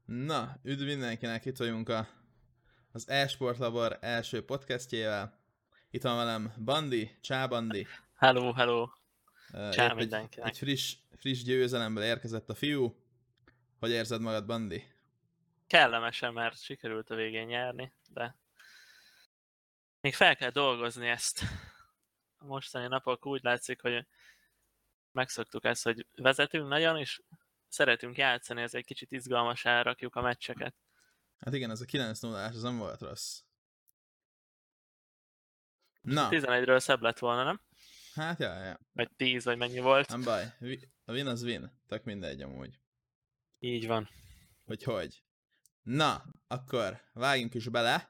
Na, üdv mindenkinek, itt vagyunk az eSport Labor első podcastjével. Itt van velem Bandi, Csá Bandi. Hello, hello. Csá Épp egy mindenkinek. friss győzelemből érkezett a fiú. Hogy érzed magad, Bandi? Kellemesen, mert sikerült a végén nyerni, de még fel kell dolgozni ezt. A mostani napok úgy látszik, hogy megszoktuk ezt, hogy vezetünk nagyon, és szeretünk játszani, ez egy kicsit izgalmasá rakjuk a meccseket. Hát igen, ez a 9-0-ás, az nem volt rossz. Most a Na, 11-ről szebb lett volna, nem? hát ja. Vagy 10, vagy mennyi volt. Nem baj, a win az win. Tök mindegy amúgy. Így van. Hogy. Na, akkor vágjunk is bele.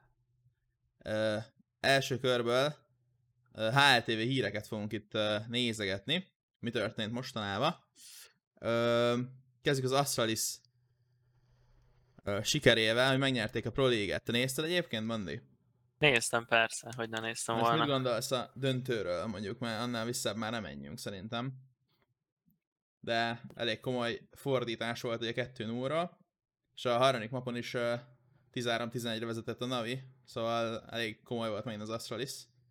Első körből HLTV híreket fogunk itt nézegetni. Mi történt mostanában. Kezdjük az Astralis sikerével, hogy megnyerték a Pro League-et. Te nézted egyébként, Bandi? Néztem persze, hogy ne néztem Most mit volna. gondolsz a döntőről, mondjuk, mert annál visszább már nem menjünk szerintem. De elég komoly fordítás volt ugye 2-0-ra, és a harmadik mapon is 13-11-re vezetett a Navi, szóval elég komoly volt megint az Astralis.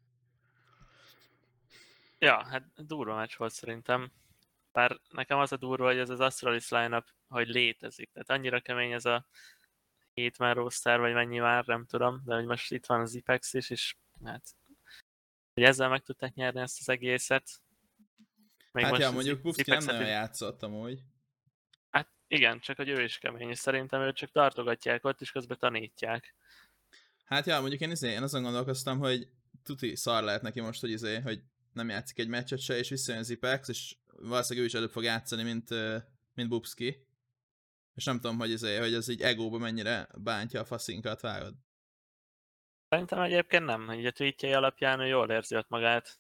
Ja, hát durva meccs volt szerintem. Bár nekem az a durva, hogy ez az Astralis line-up, hogy létezik. Tehát annyira kemény ez a 7 már roster, vagy mennyi már, nem tudom, de hogy most itt van az Ipex is, és hát, hogy ezzel meg tudták nyerni ezt az egészet. Még Hát most ja, mondjuk Bubsky nem nagyon is... játszott amúgy. Hát igen, csak hogy ő is kemény, és szerintem őt csak tartogatják ott, és közben tanítják. Hát ja, mondjuk én azon gondolkoztam, hogy tuti szar lehet neki most, hogy nem játszik egy meccset se, és visszajön az Ipex, és valószínűleg ő is előbb fog játszani, mint Bubsky. És nem tudom, hogy ez így egóba mennyire bántja a faszinkat, vágod. Szerintem egyébként nem, hogy a tweetjei alapján ő jól érzi ott magát.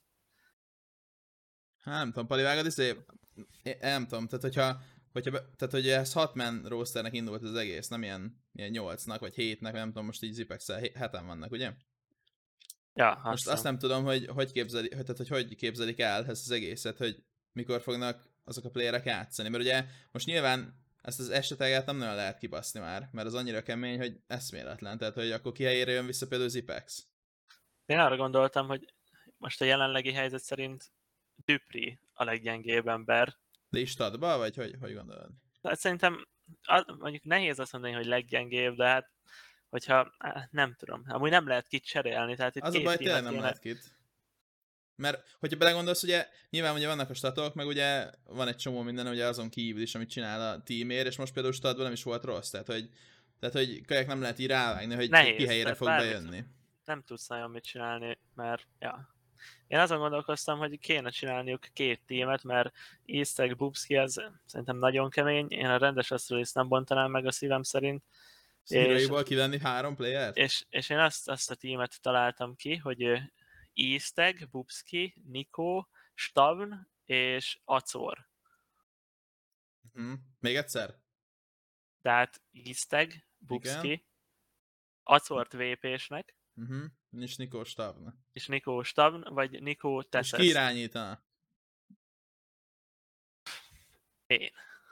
Hát nem tudom, Pali, vágod, nem tudom, tehát hogy ez 6 man rosternek indult az egész, nem ilyen 8-nak, vagy 7-nek, nem tudom, most így az Ipex-el 7-en vannak, ugye? Ja, Most azt nem tudom, hogy képzelik el ezt az egészet, hogy mikor fognak azok a playerek játszani, mert ugye most nyilván ezt az eseteget nem nagyon lehet kibaszni már, mert az annyira kemény, hogy eszméletlen, tehát hogy akkor ki helyére jön vissza például az Ipex. Én arra gondoltam, hogy most a jelenlegi helyzet szerint Dupri a leggyengébb ember. De is stadba, vagy hogy gondolod? Hát szerintem mondjuk nehéz azt mondani, hogy leggyengébb, de hát hogyha nem tudom, amúgy nem lehet kit cserélni, tehát itt Az a két baj, tényleg tímet nem kéne. lehet kit. Mert hogyha belegondolsz, ugye nyilván ugye vannak a statok, meg ugye van egy csomó minden ugye azon kívül is, amit csinál a teamér, és most például statban nem is volt rossz, tehát hogy kajak nem lehet így rávágni, hogy ki Nehéz, helyére tehát fog bármit bejönni. nem tudsz nagyon mit csinálni, mert ja. Én azon gondolkoztam, hogy kéne csinálniuk két tímet, mert Eastek, Bubsky az szerintem nagyon kemény, én a rendes Astralis nem bontanám meg a szívem szerint, és, Heroiból kivenni 3 playert? és én azt a tímet találtam ki, hogy Eastek, Bubsky, Nico, Stavn és Acor. Még egyszer? Tehát Eastek, Igen. Bubsky, Acort VP-snek, És Nikó Stavna. és Nico Stavn, vagy Nico És ki Tesses. irányítana? Én.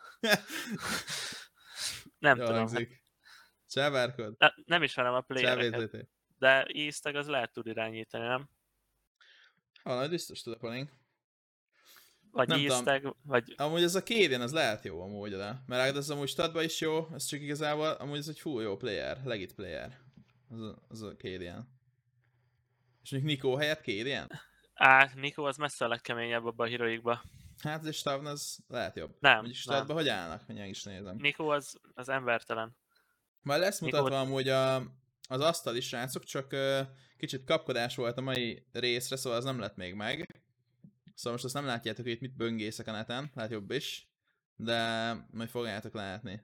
Nem Jól tudom, hát hangzik. Csávárkod? nem ismerem a playereket, CVZT. de Eastek az lehet tud irányítani, nem? Valami biztos tudok, Paling. Vagy Nem tudom. Eastek, vagy... Amúgy ez a Kédien, az lehet jó amúgy, de. Mert az amúgy statban is jó, ez csak igazából, amúgy ez egy full jó player, legit player. Az a Kédien. És mondjuk Nikó helyett Kédien? Nico az messze a legkeményebb abban a heroikba. Hát az Stavn az lehet jobb. Nem, Mondjuk nem. statban hogy állnak? Mindjárt is nézem. Nico az embertelen. Majd lesz Nico... mutatva amúgy az asztal is, srácok, csak kicsit kapkodás volt a mai részre, szóval az nem lett még meg. Szóval most azt nem látjátok, hogy itt mit böngészek a neten, lehet jobb is. De majd fogjátok látni.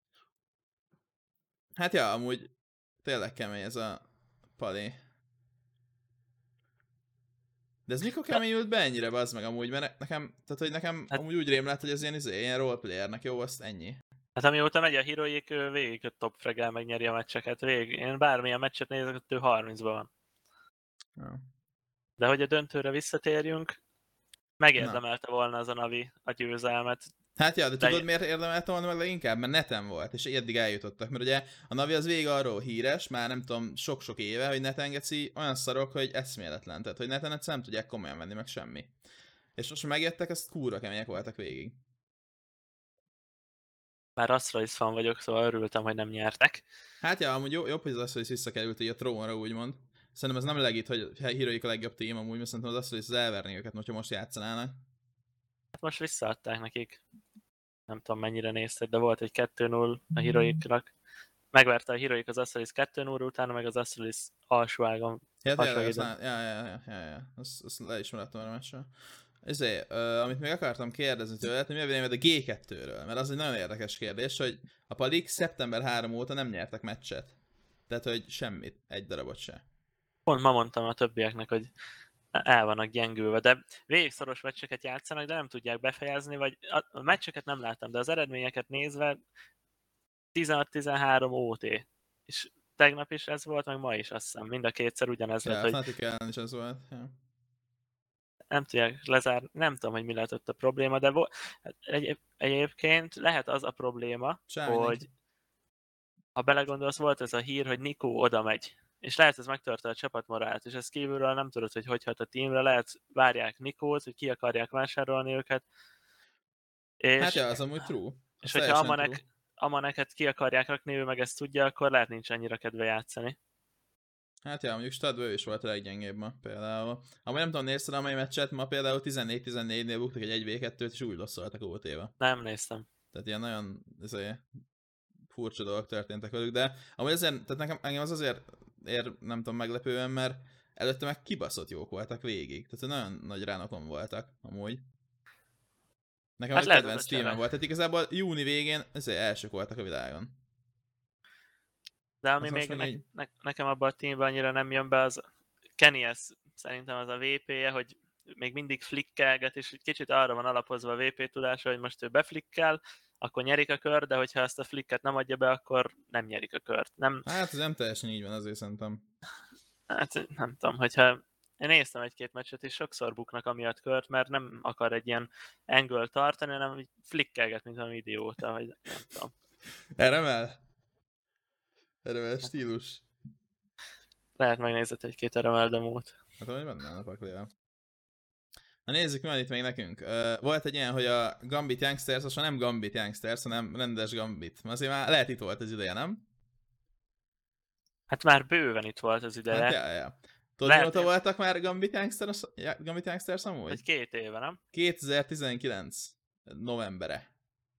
Hát ja, amúgy tényleg kemény ez a Pali. De ez mikor keményült be ennyire, bazd meg amúgy, mert nekem Hát, amúgy úgy rém lett, hogy ez ilyen roleplayernek jó, azt ennyi. hát amióta megy a heroik, ő végig a top fregel megnyeri a meccseket. Végig. Én bármilyen meccset nézek, ő 30-ban van. Ja. De hogy a döntőre visszatérjünk, Na, megérdemelte volna az a Navi a győzelmet. Hát ja, de tudod miért érdemelte volna meg leginkább? Mert neten volt, és eddig eljutottak. Mert ugye a Navi az végig arról híres, már nem tudom, sok-sok éve, hogy neten geci olyan szarok, hogy eszméletlen. Tehát, hogy neten egyszer nem tudják komolyan venni, meg semmi. És most megjöttek, ezt kurva kemények voltak végig. Már Astralis fan vagyok, szóval örültem, hogy nem nyertek. Hát ja, amúgy jobb, hogy az Astralis visszakerült így a trónra, úgymond. Szerintem ez nem legit, hogy Heroic a legjobb tím amúgy, mert szerintem az Astralis az elverni őket, hogyha most játszanának. Hát most visszaadták nekik. Nem tudom mennyire nézted, de volt egy 2-0 a Heroicnak. Megverte a Heroic az Astralis 2-0, utána meg az Astralis alsó ágon. Ja, tényleg, azt le is maradtam a meccsről. Amit még akartam kérdezni tőled, hogy mi a véleményed a G2-ről? Mert az egy nagyon érdekes kérdés, hogy a Palik szeptember 3 óta nem nyertek meccset. Tehát, hogy semmit, egy darabot se. Pont ma mondtam a többieknek, hogy el vannak gyengülve, de végig szoros meccseket játszanak, de nem tudják befejezni, vagy a meccseket nem láttam, de az eredményeket nézve 16-13 OT. És tegnap is ez volt, meg ma is azt hiszem. Mind a kétszer ugyanez lett, hogy Fnatic ellen is ez volt. Ja. nem tudják lezárni, nem tudom, hogy mi lett ott a probléma, de egyébként lehet az a probléma, hogy ha belegondolsz, volt ez a hír, hogy Nikó oda megy. És lehet, ez megtörte a csapatmorát, és ez kívülről nem tudod, hogy hat a tímre, lehet várják Nikót, hogy ki akarják vásárolni őket. És, Hát ja, az amúgy true. és hogyha Amaneket ki akarják rakni, ő meg ezt tudja, akkor lehet nincs annyira kedve játszani. Hát ja, mondjuk Stadből ő is volt a leggyengébb ma például. Amúgy nem tudom, nézted a mai meccset, ma például 14-14-nél buktak egy 1v2-t, és úgy losszoltak OT-ba. Nem néztem. Tehát ilyen nagyon furcsa dolgok történtek velük, de amúgy azért, tehát engem az azért nem tudom, meglepően, mert előtte meg kibaszott jók voltak végig. Tehát nagyon nagy ránokon voltak, amúgy. Nekem hát egy kedvenc tímem volt, tehát igazából júni végén elsők voltak a világon. De ami még nekem abban a teamben annyira nem jön be, az Kenny szerintem az a VP-je, hogy még mindig flikkelget, és kicsit arra van alapozva a VP tudása, hogy most ő beflikkel, akkor nyerik a kör, de hogyha ezt a flicket nem adja be, akkor nem nyerik a kört. Nem... Hát ez nem teljesen így van, azért szerintem. Hát nem tudom, hogyha én néztem egy-két meccset, és sokszor buknak amiatt kört, mert nem akar egy ilyen angle tartani, hanem flikkelget, mint valami idióta, vagy nem tudom. Eremel stílus. Lehet megnézett egy-két Eremel demót. Hát hogy benne a paklival. Na nézzük, mi van itt még nekünk. Volt egy ilyen, hogy a Gambit Youngsters, most nem Gambit Youngsters, hanem rendes Gambit. Azért már lehet itt volt az ideje, nem? Hát már bőven itt volt az ideje. Hát ja. Tudod, mióta voltak már Gambit Youngsters amúgy? Egy 2 éve, nem? 2019 novembere.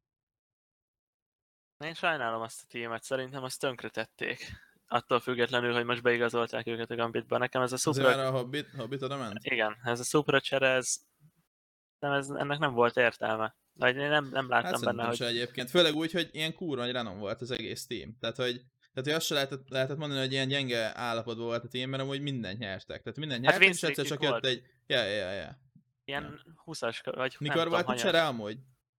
Én sajnálom azt a tímet, szerintem azt tönkretették. Attól függetlenül, hogy most beigazolták őket a Gambitba. Nekem ez a Supra... Azért a Hobbit oda ment? Igen, ez a Supra csere, ennek nem volt értelme. Vagy én nem láttam hát benne, hogy... egyébként. Főleg úgy, hogy ilyen kurva nagy renom volt az egész team. Tehát, hogy azt se lehetett mondani, hogy ilyen gyenge állapotban volt a team, mert amúgy mindent nyertek. Tehát mindent nyertek, és egyszer csak jött egy... Ja. Ilyen 20-as, vagy mikor volt a csere amúgy?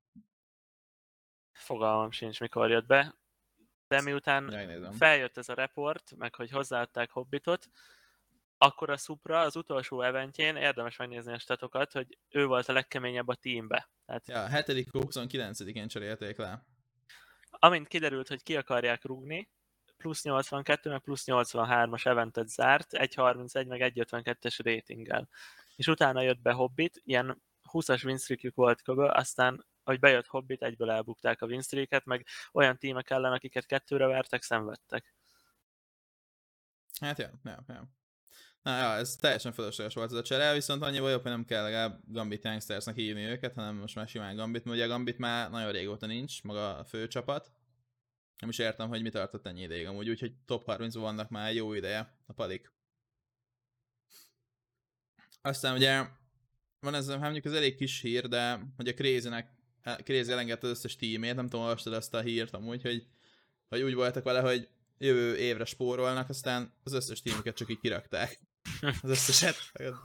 Fogalmam sincs, mikor jött be. De miután feljött ez a report, meg hogy hozzáadták Hobbitot, akkor a Supra az utolsó eventjén, érdemes megnézni a statokat, hogy ő volt a legkeményebb a teambe. Tehát, ja, 7.-29-én cserélték le. Amint kiderült, hogy ki akarják rúgni, plusz 82, meg plusz 83-as eventet zárt, 1.31, meg 1.52-es ratinggel. És utána jött be Hobbit, ilyen 20-as winstreakjük volt kb. Aztán, hogy bejött Hobbit, egyből elbukták a winstreaket, meg olyan tímek ellen, akiket 2-re vertek, szenvedtek. Hát ja. Na ja, ez teljesen fölösleges volt ez a csere, viszont annyiból jobb, hogy nem kell legalább Gambit Youngstersnek hívni őket, hanem most már simán Gambit, mert ugye a Gambit már nagyon régóta nincs, maga a főcsapat. Nem is értem, hogy mi tartott ennyi ideig amúgy, úgyhogy top 30 vannak már jó ideje a Palik. Aztán ugye van ez, mondjuk ez elég kis hír, de hogy a Crazy elengedte az összes tímét, nem tudom, olvastad azt a hírt amúgy, hogy úgy voltak vele, hogy jövő évre spórolnak, aztán az összes tímüket csak így kirakták. Az összeset.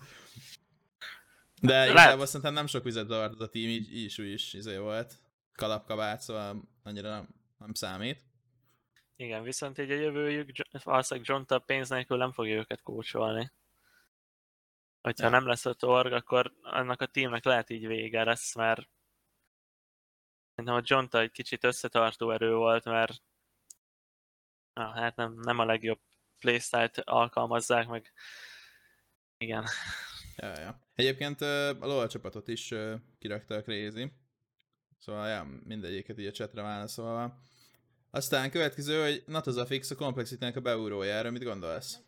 De igazából szerintem nem sok vizet zavart az a tím, így is volt. Kalapkabát, szóval annyira nem számít. Igen, viszont így a jövőjük, valószínűleg John Tapp pénz nélkül nem fogja őket kócsolni. Hogyha nem lesz ott org, akkor annak a teamnek lehet így vége lesz, mert Szerintem a Jonta egy kicsit összetartó erő volt, mert hát nem a legjobb playstyle-t alkalmazzák, meg igen. Ja. Egyébként a LoL csapatot is kirakta a Crazy. Szóval ja, mindegyiket így a chatre válaszolva. Aztán következő, hogy Natozafix a Complexity-nek a beugrójára, mit gondolsz?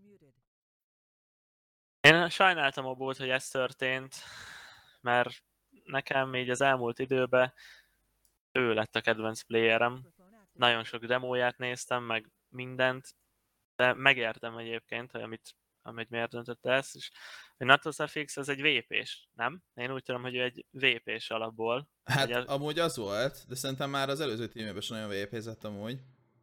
Én sajnáltam abból, hogy ez történt, mert nekem így az elmúlt időben ő lett a kedvenc playerem. Nagyon sok demóját néztem, meg mindent, de megértem egyébként, hogy amit miért döntött ezt, és hogy Natosafix ez egy VP-s, nem? Én úgy tudom, hogy ő egy VP-s alapból. Hát amúgy az volt, de szerintem már az előző tímében is nagyon vépézett amúgy.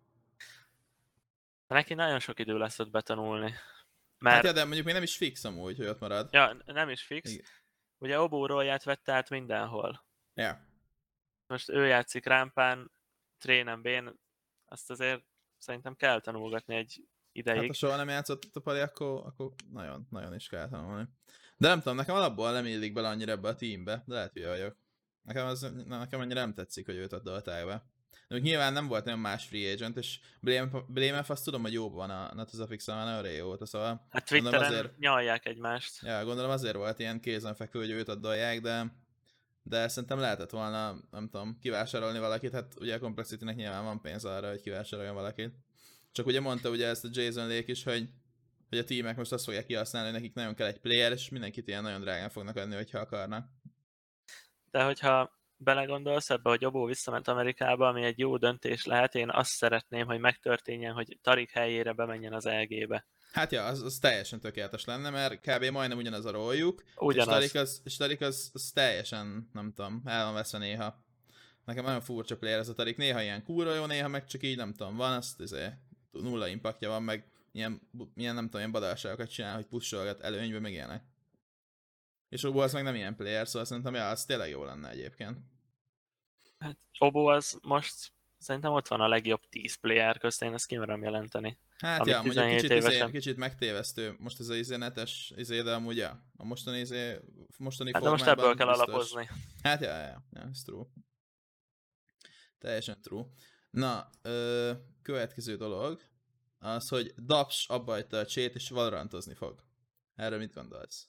Neki nagyon sok idő lesz ott betanulni. Hát Mert, ja, de mondjuk még nem is fix amúgy, hogy ott marad. ja, nem is fix. Igen. Ugye Obó rolját vette át mindenhol. Ja. Most ő játszik rámpán, trénen bén, azt azért szerintem kell tanulgatni egy ideig. Hát ha soha nem játszott a pali, akkor nagyon, nagyon is kell tanulni. De nem tudom, nekem alapból nem illik bele annyira ebbe a teambe, de lehet hülye vagyok. Nekem annyira nem tetszik, hogy őt adolták be. De nyilván nem volt nagyon más free agent, és Blamef azt tudom, hogy jóban van a Natuzafix-en már nagyon régóta, szóval... Hát Twitteren azért... nyalják egymást. Ja, gondolom azért volt ilyen kézenfekvő, hogy őt adolják, de szerintem lehetett volna, nem tudom, kivásárolni valakit, hát ugye a Complexity-nek nyilván van pénz arra, hogy kivásároljon valakit. Csak ugye mondta ugye ezt a Jason Lake is, hogy a tímek most azt fogják kihasználni, hogy nekik nagyon kell egy player, és mindenkit ilyen nagyon drágán fognak adni, hogyha akarnak. De hogyha belegondolsz ebbe, hogy Obó visszament Amerikába, ami egy jó döntés lehet, én azt szeretném, hogy megtörténjen, hogy Tarik helyére bemenjen az LG-be. Hát ja, az teljesen tökéletes lenne, mert kb. Majdnem ugyanaz a róljuk, Ugyanaz. és Tarik az teljesen, nem tudom, el van veszve néha. Nekem nagyon furcsa player ez a Tarik, néha ilyen kurva jó, néha meg csak így, nem tudom, van, azt nulla impaktja van, meg ilyen nem tudom, ilyen badalságokat csinál, hogy pusholgat előnybe, meg ilyenek. És Obó az meg nem ilyen player, szóval szerintem, ja, az tényleg jó lenne egyébként. Hát Obó az most szerintem ott van a legjobb 10 player közt, én ezt kimerem jelenteni. Hát ja, mondjuk kicsit megtévesztő most ez a netes de amúgy ja, a mostani hát de most ebből kell biztos. alapozni. Hát ja, ez true. Teljesen true. Na, következő dolog az, hogy Daps abbahagyta a csét és Valorantozni fog. Erről mit gondolsz?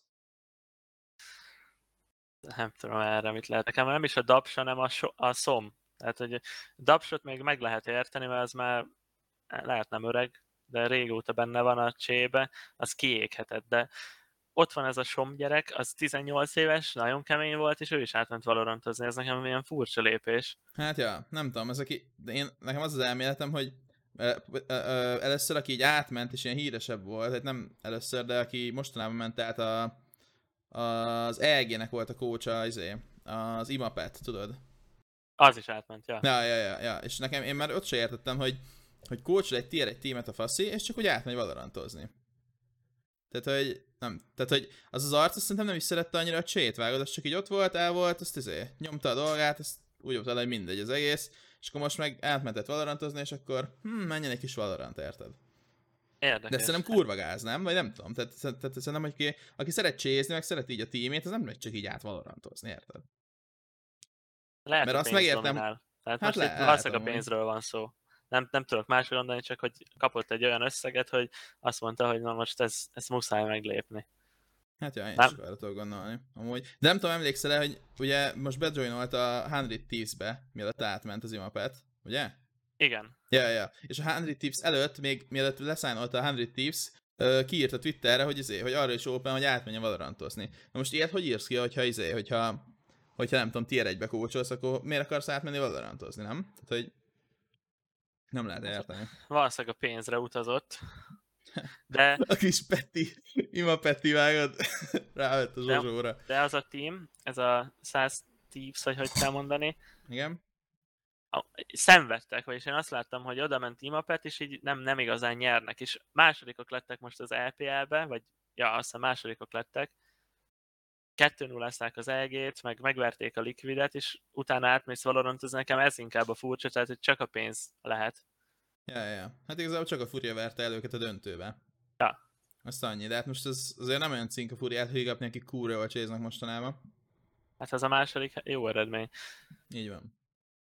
Nem tudom erre mit lehet. Nekem nem is a Daps, hanem a SOM. Tehát, hogy Dapsot még meg lehet érteni, mert az már lehet nem öreg, de régóta benne van a csébe, az kiéghetett, de ott van ez a SOM gyerek, az 18 éves, nagyon kemény volt, és ő is átment Valorantozni, ez nekem ilyen furcsa lépés. Hát ja, nem tudom, de nekem az elméletem, hogy először aki így átment és ilyen híresebb volt, hát nem először, de aki mostanában ment át az EG-nek volt a coacha, az Imapet, tudod? Az is átment, ja. Ja, és én már ott se értettem, hogy coachol egy tier 1 tímet a faszi, és csak úgy átmegy Valorantozni. Tehát, hogy az arc, azt szerintem nem is szerette annyira a csét, vágod, az csak így ott volt, el volt, azt nyomta a dolgát, azt úgy volt hogy mindegy az egész, és akkor most meg átmentett Valorantozni, és akkor menjen egy kis Valorant, érted? Érdekes. De szerintem kurva gáz, nem? Vagy nem tudom, tehát szerintem, hogy aki szeret csézni, meg szeret így a tímét, az nem megy csak így át Valorantozni, érted? Lehet, mert hogy azt megértem. Dominál. Tehát Hát most itt valószínűleg a pénzről van szó. Nem tudok másról mondani, csak hogy kapott egy olyan összeget, hogy azt mondta, hogy na most ezt muszáj meglépni. Hát ja, én is arra tudok gondolni. Amúgy. De nem tudom, emlékszel-e, hogy ugye most bejoinolt a 100 Thieves-be, mielőtt átment az Imapet, ugye? Igen. Ja. És a 100 Thieves előtt, még mielőtt leszállnolt a 100 Thieves, kiírt a Twitterre, hogy arra is open, hogy átmenjen Valorantozni. Na most ilyet hogy írsz ki, hogyha nem tudom, tier 1-be kócsolsz, akkor miért akarsz átmenni Valorantozni, nem? Tehát, hogy nem lehet érteni. Valószínűleg a pénzre utazott. De... A kis Peti, Ima Peti vágod, rávett a Zsozsóra. De az a team, ez a 100 Thieves, vagy hogy kell mondani. Igen. Szenvedtek, vagyis én azt láttam, hogy oda ment Imapet, és így nem igazán nyernek, és másodikok lettek most az LPL-be, vagy ja, azt hiszem másodikok lettek, 2-0-zták az EG-t, meg megverték a Liquidet, és utána átmész Valorantozni, nekem ez inkább a furcsa, tehát hogy csak a pénz lehet. Ja. Hát igazából csak a Furia verte el őket a döntőbe. Ja. Azt annyi, de hát most ez azért nem olyan cink a Furiát hígatni, akik kurva jól cséznek mostanában. Hát ez a második jó eredmény. Így van.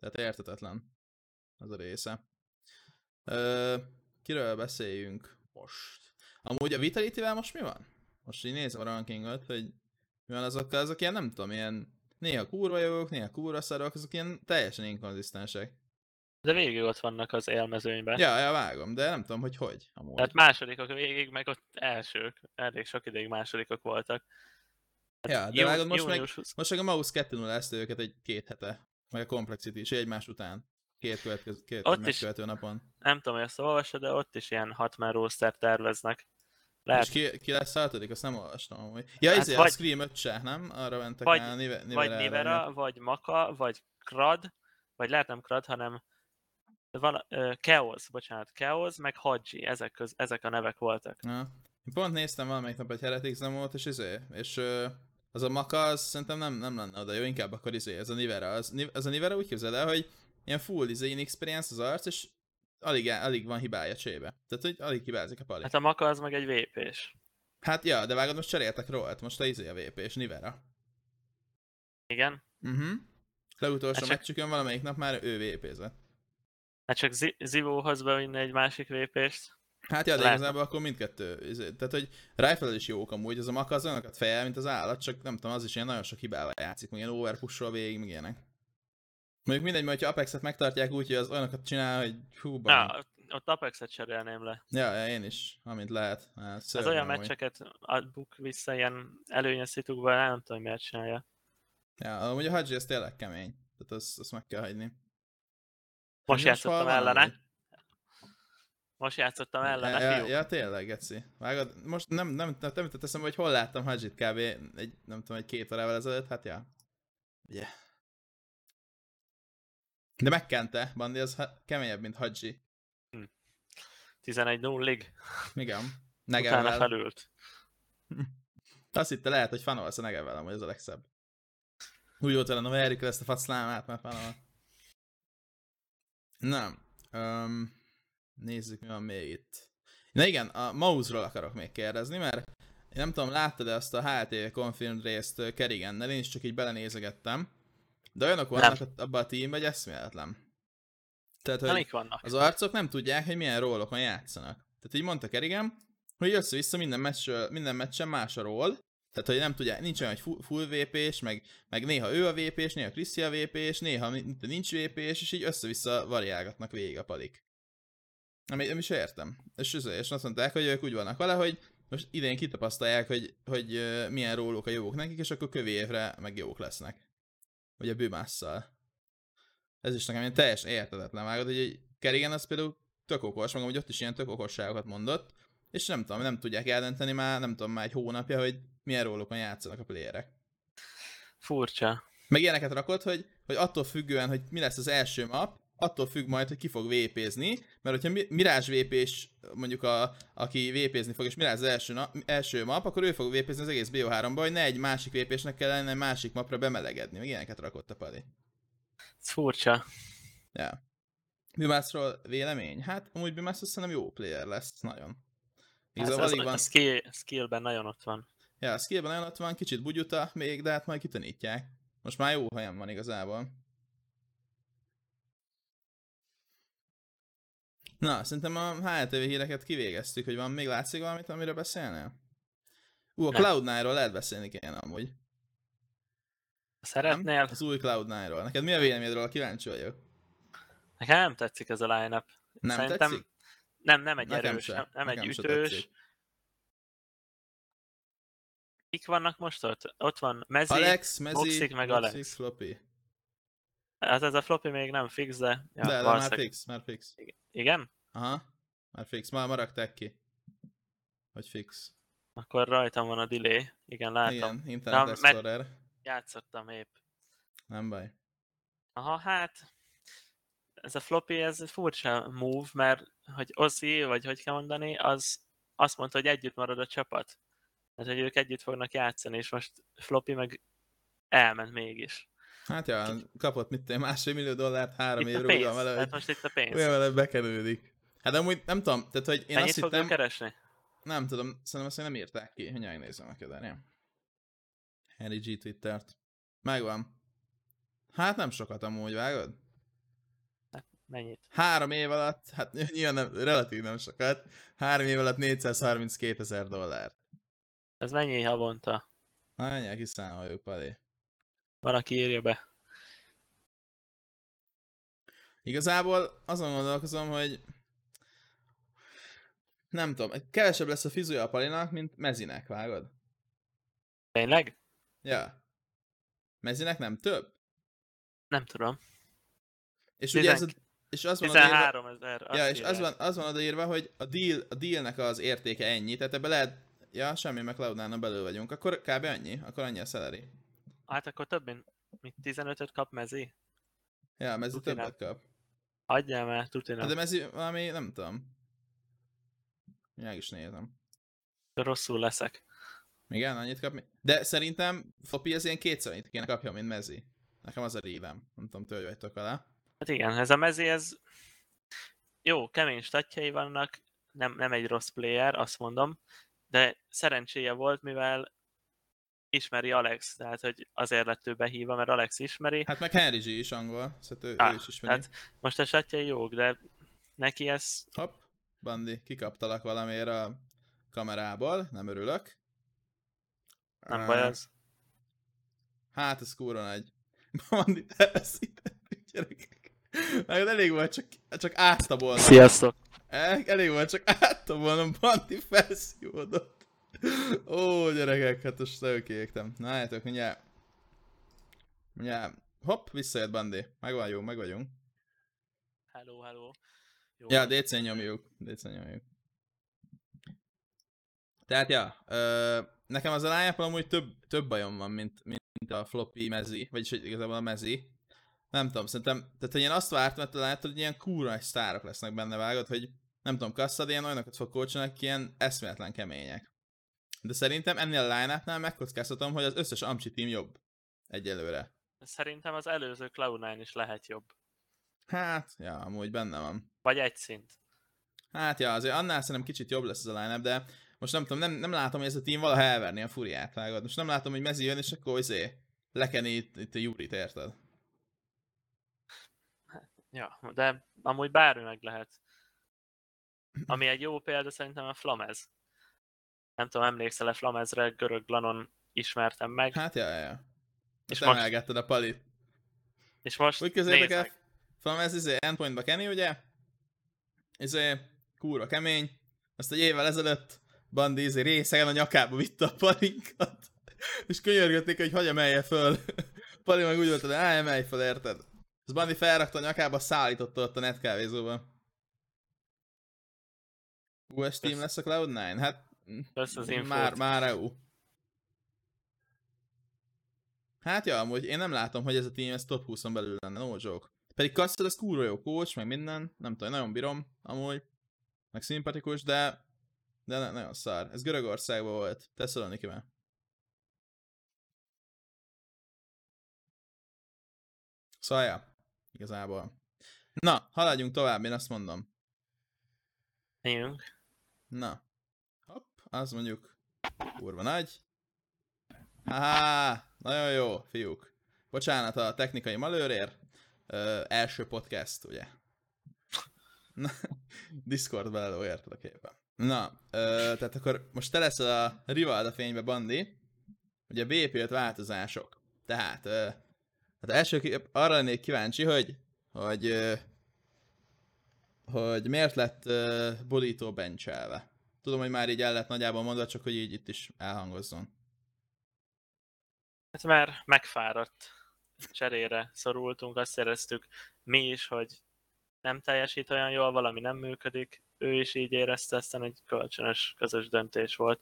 Tehát értetetlen az a része. Kiről beszéljünk most? Amúgy a Vitality-vel most mi van? Most így nézem a rankingot, hogy mi van azokkal, azok ilyen nem tudom, ilyen néha kurva jók, néha kurva szarok, azok ilyen teljesen inkonzisztensek. De végig ott vannak az élmezőnyben. Ja, vágom, de nem tudom, hogy amúgy. Tehát másodikok végig, meg ott elsők. Elég sok ideig másodikok voltak. Ja, de vágod, június 20. most meg a Mouse 2-0 leszte őket egy 2 hete. Meg a Complexity is egymás után. Két megkövető napon. Nem tudom, hogy ezt olvasod, de ott is ilyen 60 roster terveznek. Lehet. És ki lesz a hatodik? Azt nem olvastam amúgy. Ja, hát a Scream 5 se, nem? Arra mentek el vagy Nivera, vagy Maka, vagy Krad, vagy lehet nem Krad, hanem Chaos, Chaos, meg Hadji, ezek a nevek voltak. Ja. Én pont néztem valamelyik nap egy Heretics demót, és az a Maka, az szerintem nem lenne oda jó, inkább akkor ez a Nivera. Az a Nivera úgy képzeld el, hogy ilyen full inexperience az arc, és alig van hibája csébe. Tehát, hogy alig hibázik a pali. Hát a Maka az meg egy VP-s. Hát ja, de vágod, most cseréltek róla, most a VP és Nivera. Igen. Legutolsó meccsükön valamelyik nap már ő VP-zett. Hát csak Zivóhoz bevinni egy másik VP-st. Hát ja, de igazából akkor mindkettő. Tehát, hogy Rifle is jók amúgy, az a Maka az olyanokat fejel, mint az állat, csak nem tudom, az is ilyen nagyon sok hibával játszik, meg ilyen overpush-ról végig, meg ilyenek. Mondjuk mindegy, mert ha Apex-et megtartják úgy, hogy az olyanokat csinál, hogy hú, ott Apex-et cserélném le. Ja, én is, amint lehet. Az olyan meccseket adjuk vissza ilyen előnyös szitukban, nem tudom, miért csinálja. Ja, amúgy a Hadji ez tényleg kemény. Tehát azt meg kell hagyni. Most játszottam ellene. Most játszottam ellene, fiúk. Ja, tényleg, geci. Vágod, most nem jutott eszembe, hogy hol láttam Hadjit kb. Egy 2 órával ezelőtt, hát ja. Yeah. De megkente, Bandi, az keményebb, mint Hadji. 11-0-ig. Igen. Utána felült. Azt hitte lehet, hogy fanolsz a Negevel, amúgy ez a legszebb. Úgy volt vele, verjük le ezt a facszlámát, mert fanol. Na, nézzük, mi van még itt. Na igen, a Mouse-ról akarok még kérdezni, mert én nem tudom, láttad-e azt a HLTV Confirmed részt Kerrigannel, én is csak így belenézegettem. De olyanok vannak abban a teamben, hogy eszméletlen. Tehát, hogy az arcok nem tudják, hogy milyen rólokon játszanak. Tehát így mondta Kerrigan, hogy össze-vissza minden meccsen más a ról. Tehát, hogy nem tudják, nincs olyan, hogy full VP-s, meg néha ő a VP-s, néha Chrissy a VP-s, néha nincs VP-s, és így össze-vissza variálgatnak végig a palik. Nem is értem. És azt mondták, hogy ők úgy vannak vele, hogy most idén kitapasztalják, hogy milyen rólok a jók nekik, és akkor kövi évre meg jók lesznek. Vagy a Bümásszal. Ez is nekem ilyen teljesen értetetlen vágod, hogy Kerrigan az például tök okos, magam, hogy ott is ilyen tök okosságokat mondott, és nem tudom, nem tudják eldönteni már, nem tudom, már egy hónapja, hogy milyen rólokon játszanak a playerek. Furcsa. Meg ilyeneket rakott, hogy attól függően, hogy mi lesz az első map, attól függ majd, hogy ki fog VP-zni, mert hogyha Mirage VP-s, mondjuk aki VP-zni fog, és Mirage az első map, akkor ő fog VP-zni az egész BO3-ba, hogy ne egy másik VP-snek kellene egy másik mapra bemelegedni, meg ilyeneket rakott a pali. Ez furcsa. Ja. Bümászról vélemény? Hát amúgy Bümász azt szerintem jó player lesz, nagyon. Igazából a skillben nagyon ott van. Ja, a skillben nagyon ott van, kicsit bugyuta még, de hát majd kitanítják. Most már jó helyen van igazából. Na, szerintem a HLTV híreket kivégeztük, hogy van még látszik valamit, amiről beszélnél? A Cloud9-ról lehet beszélni kéne amúgy. Szeretnél? Nem? Az új Cloud9-ról. Neked mi a véleményedről? Kíváncsi vagyok. Nekem nem tetszik ez a line-up. Nem szerintem tetszik? Nem egy erős, nem egy ütős. Kik vannak most ott? Ott van Mezi, Alex, Boxik, meg Alex. Floppy. Hát ez a Floppy még nem fix, de... Ja, de már fix. Igen? Aha, már fix. Már rakták ki. Hogy fix. Akkor rajtam van a delay. Igen, látom. Igen, Internet Explorer. Játszottam épp. Nem baj. Aha, hát... Ez a Floppy, ez furcsa move, mert hogy Ozzy, vagy hogy kell mondani, az azt mondta, hogy együtt marad a csapat. Tehát, hogy ők együtt fognak játszani, és most Floppy meg elment mégis. Hát ja, kapott $1,5 millió 3 évre, ugyan vele, hát most itt a pénz. Olyan vele bekenődik. Hát amúgy nem tudom, tehát hogy én azt hittem... keresni? Nem tudom, szerintem azt nem írták ki, hogy megnézem neked, nem? Harry G Twittert. Megvan. Hát nem sokat amúgy, vágod? Mennyit? 3 év alatt, hát nyilván nem, relatív nem sokat, 3 év alatt $432,000. Ez mennyi havonta? Menjek, kiszámoljuk, Pali. Van, aki írja be. Igazából azon gondolkozom, hogy nem tudom, kevesebb lesz a fizúja a Palinak, mint Mezinek, vágod? Tényleg? Ja. Mezinek nem több? Nem tudom. És ugye ez a, és az van odaírva, 13 000, ja, azt és írják. az van odaírva, hogy a dealnek az értéke ennyi, tehát ebbe lehet, ja, semmi, meg Cloud9-on belül vagyunk, akkor kb. Annyi, akkor annyi a salary. Hát akkor több, mint 15-öt kap Mezi? Ja, Mezi Tuti nem. többet kap. Adjál már, tuti Hát nem. de Mezi valami, nem tudom. Meg is nézem. Rosszul leszek. Igen, annyit kap. De szerintem Floppy az ilyen kétszer annyit kéne kapja, mint Mezi. Nekem az a rívem. Nem tudom, tőle vagytok vele. Hát igen, ez a Mezi, ez jó, kemény statjai vannak, nem egy rossz player, azt mondom, de szerencséje volt, mivel ismeri Alex, tehát hogy azért lett ő behívva, mert Alex ismeri. Hát meg Henry G is angol, szóval ő is ismeri. Tehát most a statjai jók, de neki ez... Hopp, Bandi, kikaptalak valamiért a kamerából, nem örülök. Nem baj az. Hát ez kurva nagy. Bandi, elveszítettük, gyerekek. Meg elég volt csak állta volna. Sziasztok! Elég volt csak állta volna, Bandi felszívódott. Ó, gyerekek, hát most nagyon kiégtem. Na, álljátok, mindjárt. Hopp, visszajött Bandi. Meg vagyunk. Hello. Jó. Ja, DC nyomjuk. Tehát, ja, nekem az a line amúgy több bajom van, mint a floppy Mezi, vagyis igazából a Mezi. Nem tudom, szerintem, tehát hogy én azt vártam ettől a line hogy ilyen kurva nagy sztárok lesznek benne, vágod, hogy nem tudom, Kasszad ilyen olyanokat fog coacholni, ilyen eszméletlen kemények. De szerintem ennél a line-upnál megkockáztatom, hogy az összes Amcsi team jobb. Egyelőre. Szerintem az előző Cloud9 is lehet jobb. Hát, ja, amúgy benne van. Vagy egy szint. Hát ja, azért annál szerintem kicsit jobb lesz ez a line de most nem tudom, nem látom, hogy ez a team valaha elverni a furiát, vágod. Most nem látom, hogy Mezi jön, és akkor lekeni itt a Jurit, érted? Ja, de amúgy bármi meg lehet. Ami egy jó példa szerintem a Flamez. Nem tudom, emlékszel-e Flamezre, görög lanon ismertem meg. Hát ja. És most emelgetted a Palit. És most úgy közétek el, Flamez endpointba kenni, ugye? Kurva kemény. Azt egy évvel ezelőtt Bandi részegen a nyakába vitte a Palinkat. És könyörgötték, hogy hagy emelje föl. Pali meg úgy volt, hogy emelj föl, érted? Az Bandi felrakta a nyakába, szállította ott a netkávézóba. US team lesz a Cloud9? Hát már EU. Hát ja, amúgy én nem látom, hogy ez a team ez top 20-on belül lenne, no joke. Pedig Kasszad az kurva jó coach, meg minden, nem tudom, nagyon bírom, amúgy. Meg szimpatikus, de nagyon szar. Ez Görögországban volt, Tesszalonikiben. Szóval ja, igazából. Na, haladjunk tovább, én azt mondom. Menjünk. Na. Hopp, az mondjuk kurva nagy. Haha, nagyon jó, fiúk. Bocsánat a technikai malőrért. Első podcast, ugye? Na, Discord beleló, érted a képen. Na, tehát akkor most te lesz a Rivalda fénybe, Bandi. Ugye BP5 változások. Tehát, hát első arra lennék kíváncsi, hogy miért lett Bolito bencselve. Tudom, hogy már így el lett nagyjából mondva, csak hogy így itt is elhangozzon. Hát mert megfáradt. Cserére szorultunk, azt éreztük mi is, hogy nem teljesít olyan jól, valami nem működik. Ő is így érezte, aztán egy kölcsönös, közös döntés volt.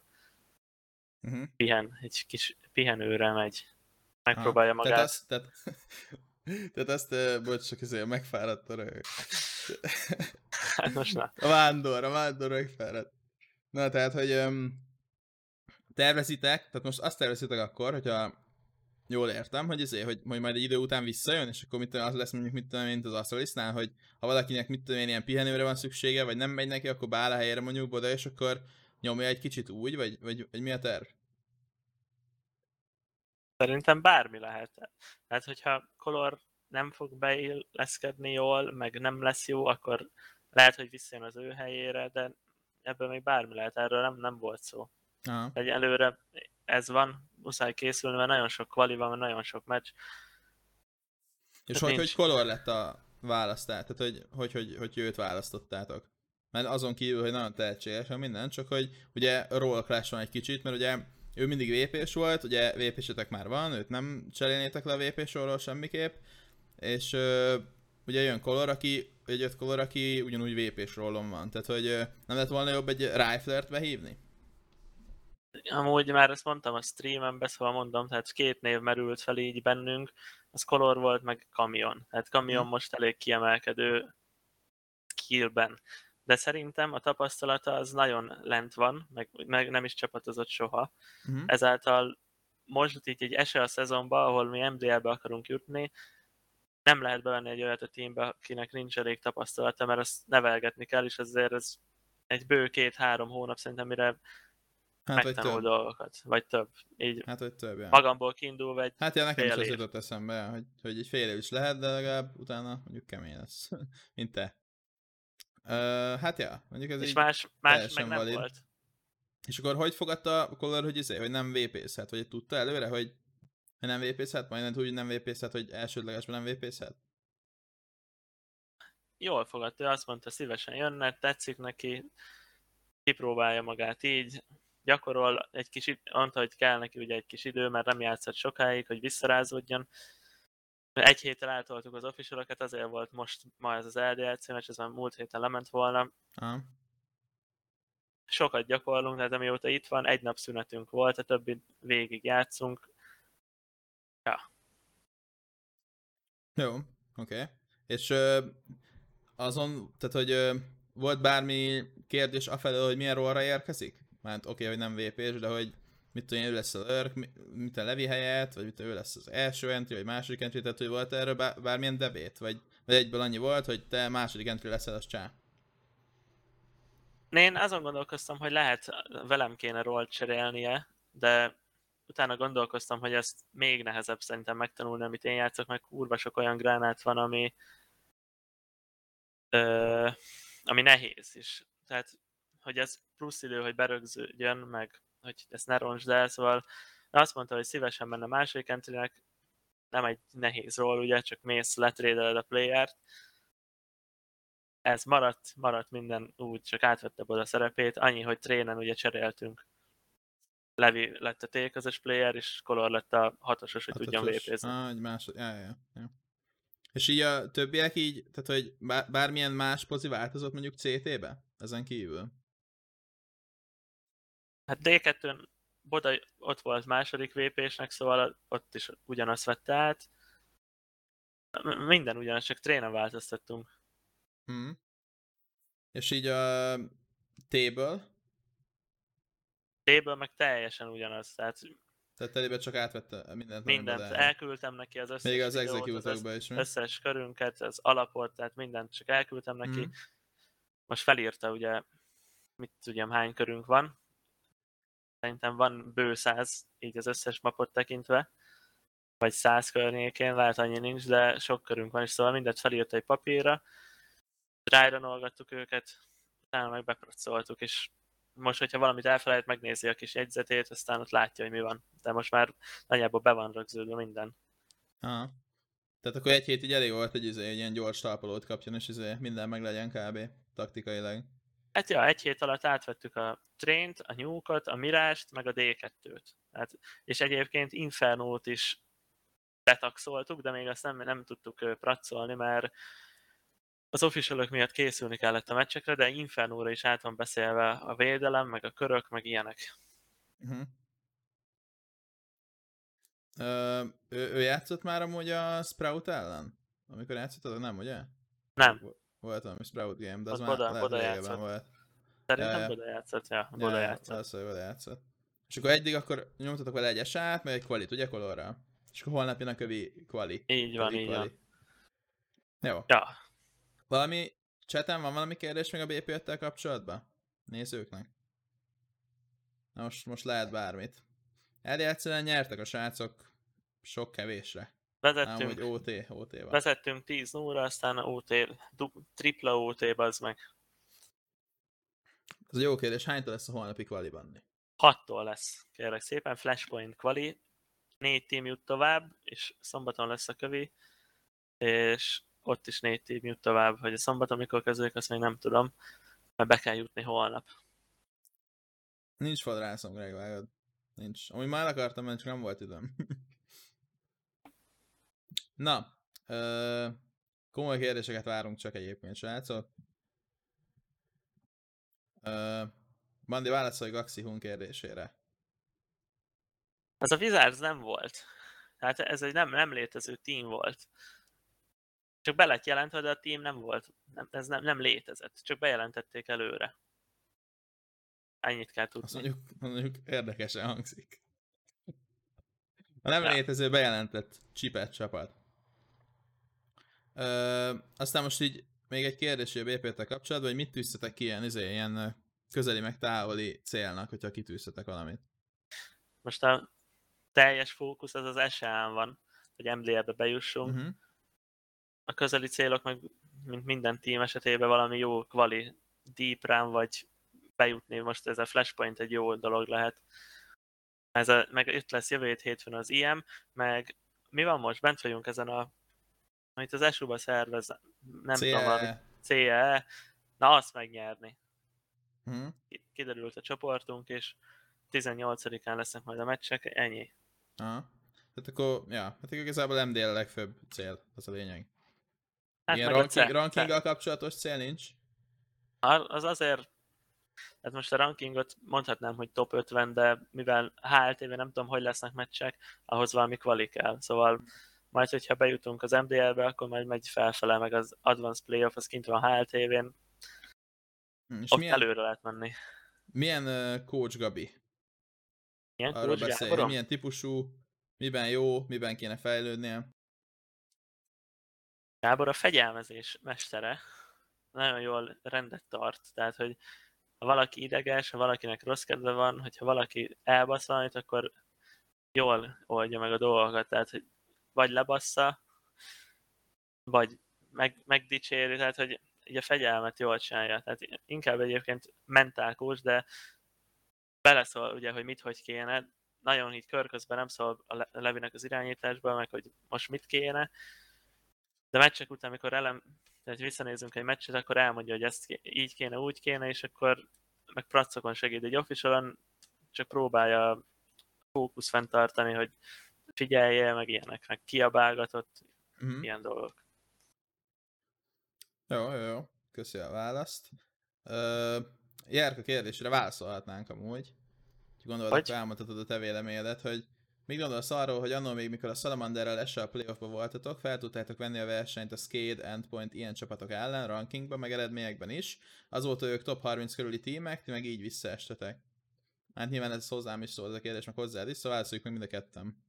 Egy kis pihenőre megy. Megpróbálja magát. Tehát azt, bocs, csak ezért megfáradt a röhög. Hát most na. A vándor megfáradt. Na, tehát, hogy tervezitek, tehát most azt tervezitek akkor, hogyha jól értem, hogy majd egy idő után visszajön, és akkor az lesz mondjuk, mint az Astralisnál, hogy ha valakinek ilyen pihenőre van szüksége, vagy nem megy neki, akkor beáll a helyre mondjuk oda, és akkor nyomja egy kicsit úgy, vagy mi a terv? Szerintem bármi lehet. Tehát, hogyha Color nem fog beilleszkedni jól, meg nem lesz jó, akkor lehet, hogy visszajön az ő helyére, de ebből még bármi lehet, erről nem volt szó. Aha. Egyelőre ez van, muszáj készülni, mert nagyon sok kvali van, nagyon sok meccs. És Hát hogy Color lett a választás? Tehát, hogy őt választottátok? Mert azon kívül, hogy nagyon tehetséges, meg minden, csak hogy ugye role clash van egy kicsit, mert ugye ő mindig VP-s volt, ugye VP-setek már van, őt nem cserélnétek le a VP-sorról semmiképp, és ugye jön Color, egy Color, aki ugyanúgy VP-s rollon van, tehát hogy nem lett volna jobb egy Riflert behívni? Amúgy már ezt mondtam a streamemben, szóval mondom, tehát 2 név merült fel így bennünk, az Color volt, meg Camion. Tehát Camion most elég kiemelkedő skillben. De szerintem a tapasztalata az nagyon lent van, meg nem is csapatozott soha. Ezáltal most így egy a szezonban, ahol mi MDL-be akarunk jutni, nem lehet bevenni egy olyat a teambe, akinek nincs elég tapasztalata, mert azt nevelgetni kell, és azért ez egy bő 2-3 hónap szerintem, mire Hát vagy megtanul több. dolgokat, vagy több. Így Hát vagy több, ja. magamból kiindulva egy Hát ja, nekem is fél az év. jutott eszembe, hogy egy fél év is lehet, de legalább utána mondjuk kemény lesz, mint te. Hát ja, mondjuk ez És így más meg teljesen nem valid. volt. És akkor hogy fogadta a Color, hogy nem VP-zhet? Vagy tudta előre, hogy nem VP-zhet? Majd úgy nem VP-zhet, hogy elsődlegesben nem VP-zhet? Jól fogadta, azt mondta, szívesen jönne, tetszik neki, kipróbálja magát így, gyakorol egy kis mondta, hogy kell neki ugye egy kis idő, mert nem játszott sokáig, hogy visszarázódjon. Egy héttel eltoltuk az officialokat, azért volt most ma ez az LDLC meccs, ez már múlt héten lement volna. Aha. Sokat gyakorlunk, tehát amióta itt van, egy nap szünetünk volt, a többi végig játszunk. Ja. Jó, oké. És azon, tehát hogy volt bármi kérdés afelől, hogy milyen rollra érkezik? Mert oké, hogy nem VP-s, de hogy mit tudom én, ő lesz a Lurk, mit a Levi helyett, vagy mit ő lesz az első entry, vagy második entry, tehát hogy volt erről bármilyen debét? Vagy egyből annyi volt, hogy te második entry leszel, az csá. Én azon gondolkoztam, hogy lehet velem kéne rollt cserélnie, de utána gondolkoztam, hogy ezt még nehezebb szerintem megtanulni, amit én játszok, meg kurva sok olyan gránát van, ami nehéz is. Tehát, hogy ez plusz idő, hogy berögződjön, meg hogy ezt ne roncsd el, szóval azt mondta, hogy szívesen menne második entrynek, nem egy nehéz roll, ugye, csak mész, letrédeled a playert. Ez maradt minden úgy, csak átvette a szerepét, annyi, hogy trénen ugye cseréltünk. Levi lett a T-közös player, és Color lett a hatosos, hogy tudjon VP-zni. Egy másod, ja. És így a többiek így, tehát hogy bármilyen más pozi változott mondjuk CT-be? Ezen kívül? Hát D2-n Boda ott volt második VP-snek, szóval ott is ugyanazt vette át. Minden ugyanaz, csak trénen változtattunk. És így a T-ből? T-ből meg teljesen ugyanaz, tehát Tehát telébe csak átvette mindent nagyon mindent Bodáról. elküldtem neki, az összes Még az videót, az execute-okba is, mi? összes körünket, az alapot, tehát mindent csak elküldtem neki. Most felírta ugye, mit tudjam hány körünk van. Szerintem van bő 100, így az összes mapot tekintve. Vagy 100 környékén, lehet annyi nincs, de sok körünk van, és szóval mindent felírta egy papírra. Dryranolgattuk őket, utána meg beproccoltuk, és most, hogyha valamit elfelejt, megnézi a kis jegyzetét, aztán ott látja, hogy mi van. De most már nagyjából be van rögződve minden. Aha. Tehát akkor egy hét így elég volt, hogy egy ilyen gyors talpalót kapjon, és minden meg legyen kb. Taktikailag. Hát ja, egy hét alatt átvettük a Traint, a Nuke-ot, a Mirást, meg a D2-t. Hát, és egyébként Inferno-t is betaxoltuk, de még azt nem tudtuk pracolni, mert az officialok miatt készülni kellett a meccsekre, de Inferno-ra is át van beszélve a védelem, meg a körök, meg ilyenek. Ő játszott már amúgy a Sprout ellen? Amikor játszottad, nem, ugye? Nem. Volt valami Sprout game, de az Az már lehet Boda régebben játszott. volt. Szerintem Boda játszott, Boda játszott. Valószínűleg Boda játszott. És akkor eddig akkor nyomtatok vele egy esát, meg egy qualit, ugye, Colorral? És akkor holnap jön a kövi quali. Így van, így van. Jó. Ja. Valami chaten van valami kérdés még a BP5-tel kapcsolatban? Nézőknek? Na most lehet bármit. Egyszerűen nyertek a srácok sok kevésre. Amúgy Vezettünk, OT-ba. vezettünk 10-0-ra, aztán tripla OT, bazd meg. Ez egy jó kérdés, hánytól lesz a holnapi kvali, Banni? 6-tól lesz, kérlek szépen, Flashpoint kvali, 4 team jut tovább, és szombaton lesz a kövi, és ott is 4 team jut tovább, hogy a szombaton mikor kezdődik, azt még nem tudom, mert be kell jutni holnap. Nincs fadrászom, Greg, vágod. Nincs. Amúgy már akartam menni, csak nem volt időm. Na, komoly kérdéseket várunk csak egyébként, srácok. Bandi, válaszolj Gaxi Hun kérdésére. Az a Wizards nem volt. Tehát ez egy nem létező team volt. Csak be lett jelentve, de a team nem volt. Ez nem létezett. Csak bejelentették előre. Ennyit kell Azt tudni. mondjuk érdekesen hangzik. A nem Ja. létező bejelentett csipet csapat. Aztán most így még egy kérdés a BP-tel kapcsolatban, hogy mit tűztetek ki ilyen közeli meg távoli célnak, hogyha kitűztetek valamit. Most a teljes fókusz az SA-n van, hogy MDL-be bejussunk. Uh-huh. A közeli célok meg, mint minden team esetében valami jó kvali deep run, vagy bejutni. Most ez a Flashpoint egy jó dolog lehet. Meg itt lesz jövő hétfőn az IM, meg mi van most? Bent vagyunk ezen amit az SU-ba szervez, nem CE. tudom, valami CE, na azt megnyerni. Uh-huh. Kiderült a csoportunk, és 18-án lesznek majd a meccsek, ennyi. Aha. Tehát akkor, ja, hát igazából MDL a legfőbb cél, az a lényeg. Hát Ilyen meg a rankinggal kapcsolatos cél nincs? Az azért, hát most a rankingot mondhatnám, hogy top 50, de mivel HLTV nem tudom, hogy lesznek meccsek, ahhoz valami kvali kell. Szóval majd, hogyha bejutunk az MDL-be, akkor majd megy felfele, meg az Advanced Playoff, az kint van HLTV-n, És ott előre lehet menni. milyen Coach Gabi? Milyen Arról Coach beszélj, Gáborom? milyen típusú, miben jó, miben kéne fejlődnie. Gábor a fegyelmezés mestere, nagyon jól rendet tart, tehát hogy ha valaki ideges, ha valakinek rossz kedve van, hogyha valaki elbasz valamit, akkor jól oldja meg a dolgokat, tehát hogy vagy lebassza, vagy megdicséri, tehát hogy így a fegyelmet jól csinálja. Tehát inkább egyébként mentál coach, de beleszól ugye, hogy mit, hogy kéne. Nagyon így körközben nem szól a Levinek az irányításba, meg hogy most mit kéne. De meccsek után, amikor tehát visszanézünk egy meccset, akkor elmondja, hogy ezt így kéne, úgy kéne, és akkor meg pracokon segít. Egy officialon csak próbálja fókusz fenntartani, hogy figyelje, meg ilyenek, meg kiabálgatott, ilyen dolgok. Jó. Köszi a választ. Jerka kérdésre válaszolhatnánk amúgy. Gondolod, akkor elmondhatod a te véleményedet, hogy mit gondolsz arról, hogy annól még mikor a Salamanderrel SL playoffba voltatok, fel tudtátok venni a versenyt a Skade, Endpoint ilyen csapatok ellen, rankingban, meg eredményekben is. Azóta ők top 30 körüli tímek, ti meg így visszaestetek. Hát nyilván ez hozzám is szól ez a kérdés, meg hozzád is, szóval válaszoljuk meg mind a ketten.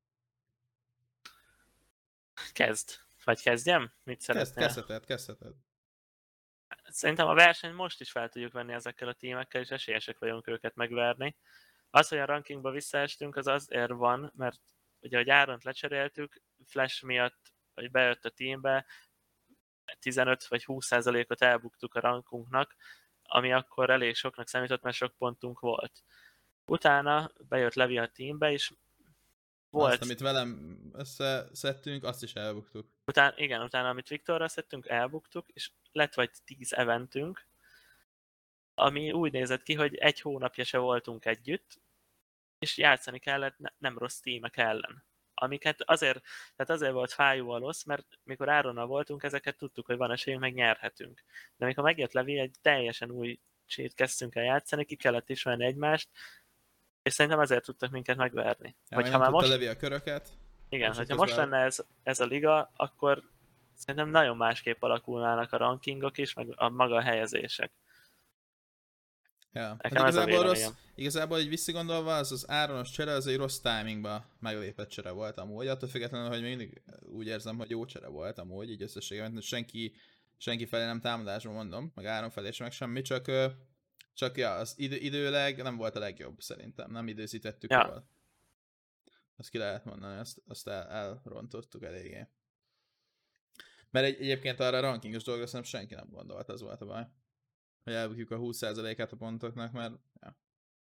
Kezd. Vagy kezdjem? Mit szeretnél? Kezdheted. Szerintem a versenyt most is fel tudjuk venni ezekkel a tímekkel, és esélyesek vagyunk őket megverni. Az, hogy a rankingba visszaestünk, az azért van, mert ugye, hogy Áront lecseréltük, Flash miatt, hogy bejött a teambe, 15 vagy 20%-ot elbuktuk a rankunknak, ami akkor elég soknak számított, mert sok pontunk volt. Utána bejött Levi a teambe, és volt... Azt, amit velem összeszedtünk, azt is elbuktuk. Utána, amit Viktorra szedtünk, elbuktuk, és lett vagy 10 eventünk, ami úgy nézett ki, hogy egy hónapja se voltunk együtt, és játszani kellett nem rossz tímek ellen. Amiket azért volt fájó a rossz, mert mikor Áronnal voltunk, ezeket tudtuk, hogy van esélyünk, meg nyerhetünk. De amikor megjött Levi, egy teljesen új csét kezdtünk el játszani, ki kellett ismerni egymást, és szerintem ezért tudtak minket megverni. Hogyha nem tudta Levi a köröket. Igen, hogyha most lenne ez a liga, akkor szerintem nagyon másképp alakulnának a rankingok is, meg a maga a helyezések. Ja. Hát igazából így visszigondolva, az Áronos csere az egy rossz timingba meglépett csere volt amúgy, attól függetlenül, hogy még mindig úgy érzem, hogy jó csere volt amúgy, így összességében, hogy senki felé nem támadásban mondom, meg Áron felé sem, meg semmi, csak ja, az időleg nem volt a legjobb szerintem, nem időzítettük jól. Azt ki lehet mondani, azt elrontottuk eléggé. Mert egyébként arra a rankingos dologra szerintem senki nem gondolt, az volt a baj. Hogy elbukjuk a 20%-át a pontoknak, mert... Ja.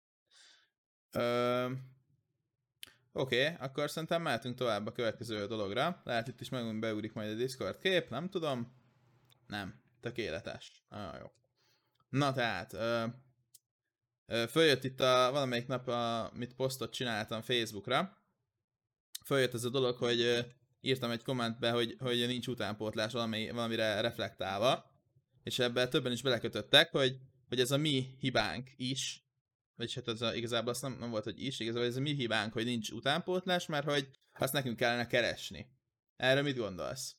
Oké, akkor szerintem mehetünk tovább a következő dologra. Lehet itt is megint beugrik majd a Discord kép, nem tudom. Nem, tökéletes. Jó. Na tehát, följött itt valamelyik nap, amit posztot csináltam Facebookra. Följött ez a dolog, hogy írtam egy kommentbe, hogy nincs utánpótlás valamire reflektálva. És ebben többen is belekötöttek, hogy ez a mi hibánk is. Vagyis hát igazából azt nem volt, hogy is, igazából ez a mi hibánk, hogy nincs utánpótlás, mert hogy azt nekünk kellene keresni. Erről mit gondolsz?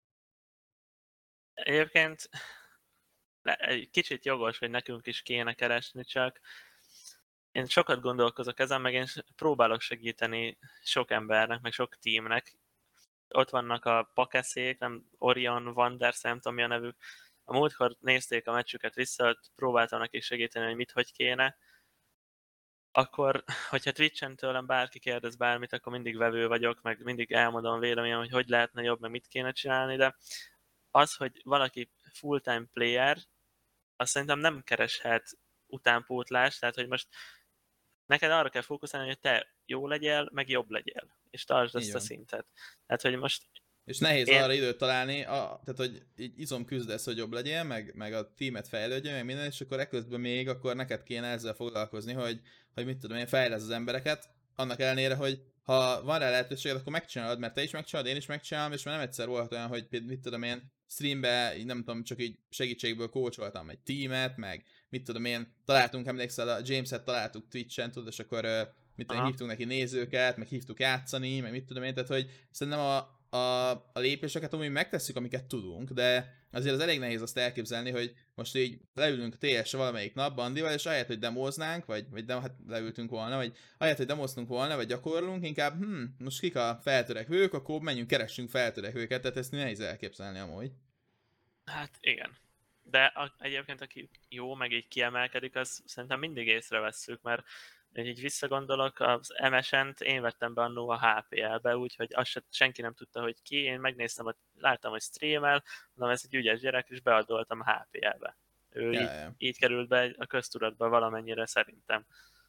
Egyébként egy kicsit jogos, hogy nekünk is kéne keresni, csak én sokat gondolkozok ezen, meg én próbálok segíteni sok embernek, meg sok teamnek. Ott vannak a pakeszék, nem Orion, Wanders, nem tudom mi a nevük. A múltkor nézték a meccsüket vissza, próbáltam nekik segíteni, hogy hogy kéne. Akkor, hogyha Twitch-en tőlem bárki kérdez bármit, akkor mindig vevő vagyok, meg mindig elmondom véleményem, hogy lehetne jobb, meg mit kéne csinálni, de az, hogy valaki full-time player, azt szerintem nem kereshet utánpótlást, tehát hogy most neked arra kell fókuszálni, hogy te jó legyél, meg jobb legyél, és tartsd azt a szintet. Tehát, hogy most és nehéz arra időt találni, tehát hogy így izom küzdesz, hogy jobb legyél, meg a tímet fejlődjön, meg minden, és akkor eközben még akkor neked kéne ezzel foglalkozni, hogy mit tudom én, fejlesz az embereket, annak ellenére, hogy ha van rá lehetőséged, akkor megcsinálod, mert te is megcsinálod, én is megcsinálom, és már nem egyszer volt olyan, hogy mit tudom én, streambe, így nem tudom, csak így segítségből coacholtam egy tímet, meg mit tudom én, találtunk, emlékszel, a James-et találtuk Twitch-en, tudod, és akkor mit tudom, hívtunk neki nézőket, meg hívtuk játszani, meg mit tudom én, tehát hogy szerintem a lépéseket amúgy megtesszük, amiket tudunk, de azért az elég nehéz azt elképzelni, hogy most így leülünk a TS-re valamelyik nap Bandival, és ahelyett, hogy demóznánk, vagy hát leültünk volna, vagy ahelyett, hogy demóztunk volna, vagy gyakorlunk, inkább most kik a feltörekvők, akkor menjünk, keressünk feltörekvőket, tehát ezt nehéz elképzelni amúgy. Hát igen. De egyébként aki jó, meg így kiemelkedik, az szerintem mindig észrevesszük, mert így visszagondolok, az MSN-t én vettem be annó a HPL-be, úgyhogy azt senki nem tudta, hogy ki, én megnéztem, láttam, hogy streamel, mondom, ez egy ügyes gyerek, és beadoltam a HPL-be. Ő így került be a köztudatba valamennyire szerintem.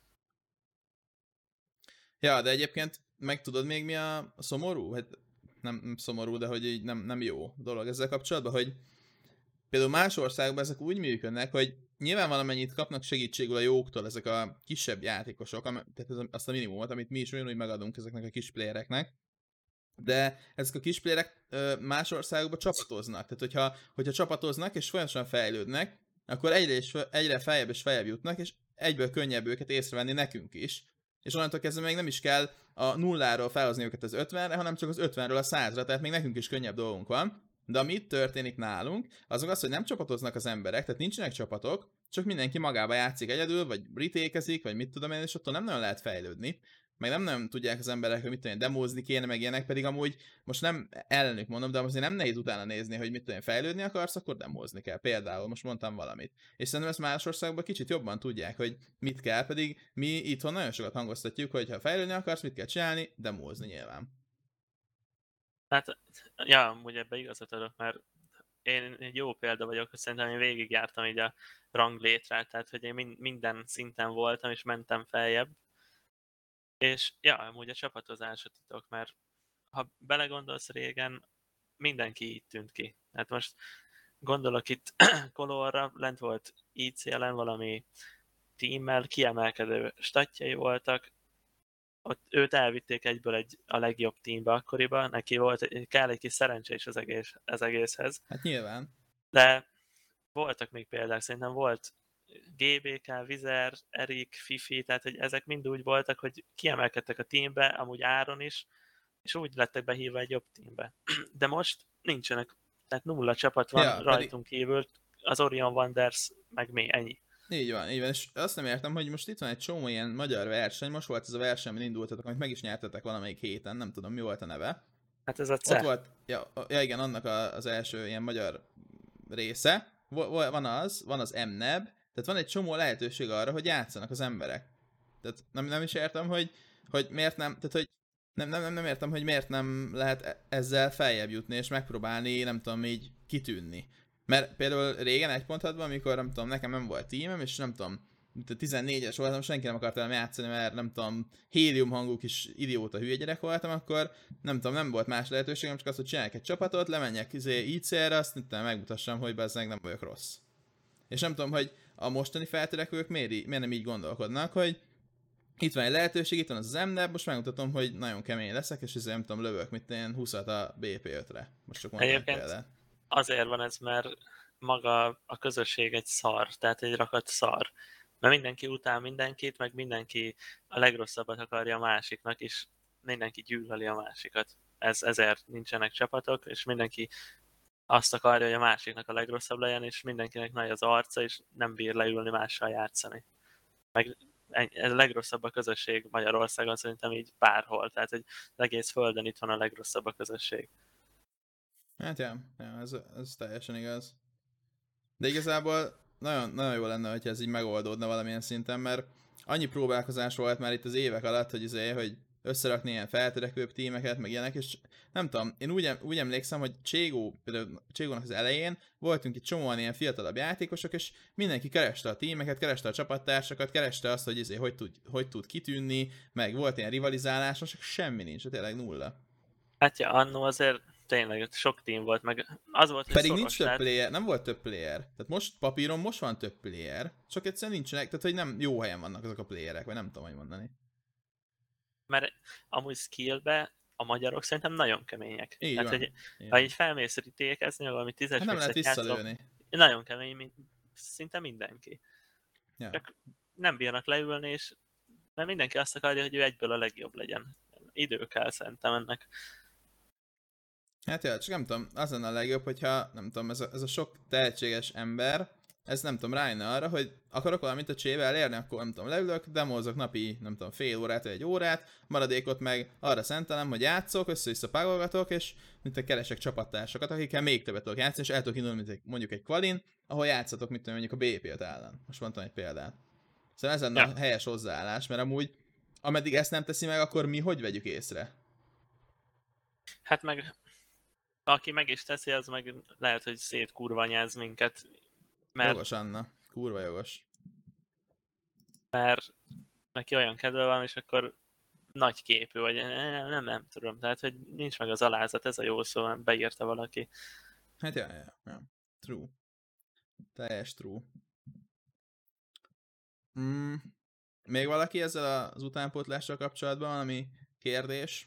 Ja, de egyébként meg tudod még mi a szomorú? Hát nem szomorú, de hogy így nem jó dolog ezzel kapcsolatban, hogy például más országokban ezek úgy működnek, hogy nyilván valamennyit kapnak segítségül a jóktól ezek a kisebb játékosok, tehát azt a minimumot, amit mi is ugyanúgy megadunk ezeknek a kis playereknek, de ezek a kis playerek más országokban csapatoznak. Tehát hogyha csapatoznak és folyamatosan fejlődnek, akkor egyre feljebb és feljebb jutnak, és egyből könnyebb őket észrevenni nekünk is. És onnantól kezdve még nem is kell a nulláról felhozni őket az 50-re, hanem csak az 50-ről a 100-ra, tehát még nekünk is könnyebb dolgunk van. De ami itt történik nálunk, azok az, hogy nem csapatoznak az emberek, tehát nincsenek csapatok, csak mindenki magába játszik egyedül, vagy ritékezik, vagy mit tudom én, és attól nem nagyon lehet fejlődni. Meg nem tudják az emberek, hogy mit tudom én, demózni kéne, meg ilyenek, pedig amúgy most nem ellenük mondom, de azért nem nehéz utána nézni, hogy mit tudom én, fejlődni akarsz, akkor demózni kell. Például, most mondtam valamit. És szerintem ezt más országban kicsit jobban tudják, hogy mit kell, pedig mi itthon nagyon sokat hangoztatjuk, hogy ha fejlődni akarsz, mit kell csinálni, demózni nyilván. Hát, ja, amúgy ebbe igazat adok, mert én egy jó példa vagyok, hogy szerintem én végigjártam így a ranglétrát, tehát hogy én minden szinten voltam, és mentem feljebb. És ja, amúgy a csapatozás a titok, mert ha belegondolsz régen, mindenki így tűnt ki. Hát most gondolok itt Colorra, lent volt ICL-en valami teammel, kiemelkedő statjai voltak, ott őt elvitték egyből a legjobb teambe akkoriban, neki kell egy kis szerencse is az egészhez. Hát nyilván. De voltak még példák, szerintem volt GBK, Vizer, Erik, Fifi, tehát hogy ezek mind úgy voltak, hogy kiemelkedtek a teambe, amúgy Áron is, és úgy lettek behívva egy jobb teambe. De most nincsenek, tehát 0 csapat van rajtunk kívül, az Orion Wanders, meg mi, ennyi. Így van, és azt nem értem, hogy most itt van egy csomó ilyen magyar verseny, most volt ez a verseny, amit indultatok, amit meg is nyertetek valamelyik héten, nem tudom mi volt a neve. Hát ez a CEF. Ott volt, ja igen, annak az első ilyen magyar része, van az MNEB, tehát van egy csomó lehetőség arra, hogy játszanak az emberek. Tehát nem is értem, hogy miért nem, tehát hogy Nem értem, hogy miért nem lehet ezzel feljebb jutni, és megpróbálni, nem tudom, így kitűnni. Mert például régen 1.6-ban, amikor nem tudom, nekem nem volt tímem, és nem tudom, mint a 14-es voltam, senki nem akart velem játszani, mert nem tudom, hélium hangú kis idióta hülye gyerek voltam, akkor nem tudom, nem volt más lehetőségem, csak azt, hogy csinálják egy csapatot, lemenjek ICR-re, azt megmutassam, hogy bezzeg nem vagyok rossz. És nem tudom, hogy a mostani feltörekvők miért nem így gondolkodnak, hogy itt van egy lehetőség, itt van az MNAB, most megmutatom, hogy nagyon kemény leszek, és ezért nem tudom, lövök, mint én 20-at a BP5-re. Most csak mondtam egy példát. Azért van ez, mert maga a közösség egy szar, tehát egy rakat szar. Mert mindenki utál mindenkit, meg mindenki a legrosszabbat akarja a másiknak, és mindenki gyűlöli a másikat. Ezért nincsenek csapatok, és mindenki azt akarja, hogy a másiknak a legrosszabb legyen, és mindenkinek nagy az arca, és nem bír leülni mással játszani. Meg ez a legrosszabb a közösség Magyarországon szerintem így bárhol, tehát hogy az egész földön itt van a legrosszabb a közösség. Hát ja ez teljesen igaz. De igazából nagyon, nagyon jó lenne, hogyha ez így megoldódna valamilyen szinten, mert annyi próbálkozás volt már itt az évek alatt, hogy összerakni ilyen feltörekvőbb tímeket, meg ilyenek, és nem tudom, én úgy emlékszem, hogy Cségónak az elején voltunk itt csomóan ilyen fiatalabb játékosok, és mindenki kereste a tímeket, kereste a csapattársakat, kereste azt, hogy hogy tud kitűnni, meg volt ilyen rivalizálás, csak semmi nincs, tényleg nulla. Hát ja, annó azért tényleg sok team volt, meg az volt, hogy pedig szoros, nincs több player, nem volt több player. Tehát most papíron most van több player, csak egyszerűen nincsenek, tehát hogy nem jó helyen vannak azok a playerek, vagy nem tudom, hogy mondani. Mert amúgy skillbe a magyarok szerintem nagyon kemények. Így tehát, van. hogy ha így felmész ritékezni, valami 10-es hát nem lehet visszalőni. Nagyon kemény, szinte mindenki. Ja. Csak nem bírnak leülni, és mert mindenki azt akarja, hogy ő egyből a legjobb legyen. Idő kell szerintem ennek. Hát ja, csak nem tudom, az lenne a legjobb, hogyha nem tudom, ez a sok tehetséges ember, ez nem tudom, rájönne arra, hogy akarok valamit a csével elérni, akkor nem tudom, leülök, demózok napi, nem tudom, fél órát vagy egy órát, maradékot meg arra szentelem, hogy játszok, össze-vissza pagolgatok, és mint keresek csapattársakat, akikkel még többet tudok játszani, és el tudok indulni, mint mondjuk egy qualin, ahol játszatok, mit tudom, mondjuk a BP-t ellen. Most mondtam egy példát. Szóval ez lenne a helyes hozzáállás, mert amúgy, ameddig ezt nem teszi meg, akkor mi hogy vegyük észre? Hát meg aki meg is teszi, az meg lehet, hogy szétkurvanyáz minket. Mert, jogos, Anna. Kurva jogos. Mert neki olyan kedve van, és akkor nagy képű, vagy nem tudom. Tehát, hogy nincs meg az alázat, ez a jó szó, beírta valaki. Hát ja. True. Teljes true. Még valaki ezzel az utánpótlással kapcsolatban valami kérdés?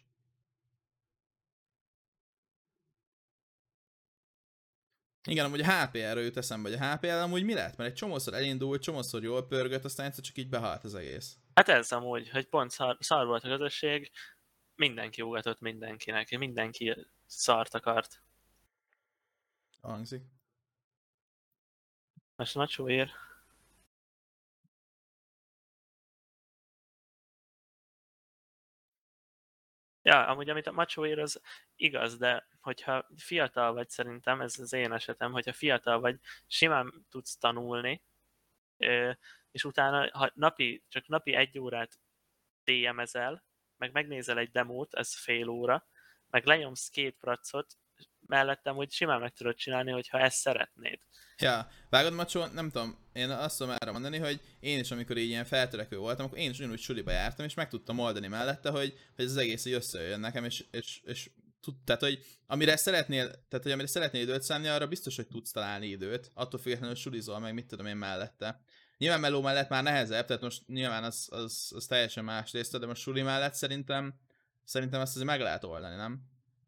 Igen, amúgy a HPL-ről jut eszembe, hogy a HPL amúgy mi lett? Mert egy csomószor elindult, csomószor jól pörgött, aztán egyszer csak így behalt az egész. Hát ez amúgy, hogy pont szar volt a közösség, mindenki ugatott mindenkinek, mindenki szart akart. Hangzik. Most Macsó ír. Ja, amúgy amit a Macsó ír, az igaz, de hogyha fiatal vagy, szerintem, ez az én esetem, hogyha fiatal vagy, simán tudsz tanulni, és utána, ha csak napi 1 órát DM-ezel, meg megnézel egy demót, ez fél óra, meg lenyomsz 2 pracot, mellettem úgy simán meg tudod csinálni, hogyha ezt szeretnéd. Ja, vágod Macsó, nem tudom, én azt tudom erre mondani, hogy én is, amikor így ilyen feltörekvő voltam, akkor én is ugyanúgy suliba jártam, és meg tudtam oldani mellette, hogy ez az egész így összejön nekem, és tehát, hogy amire szeretnél időt szánni, arra biztos, hogy tudsz találni időt, attól függetlenül sulizol meg, mit tudom én mellette. Nyilván meló mellett már nehezebb, tehát most nyilván az teljesen más részt, de most suli mellett szerintem azt azért meg lehet oldani, nem?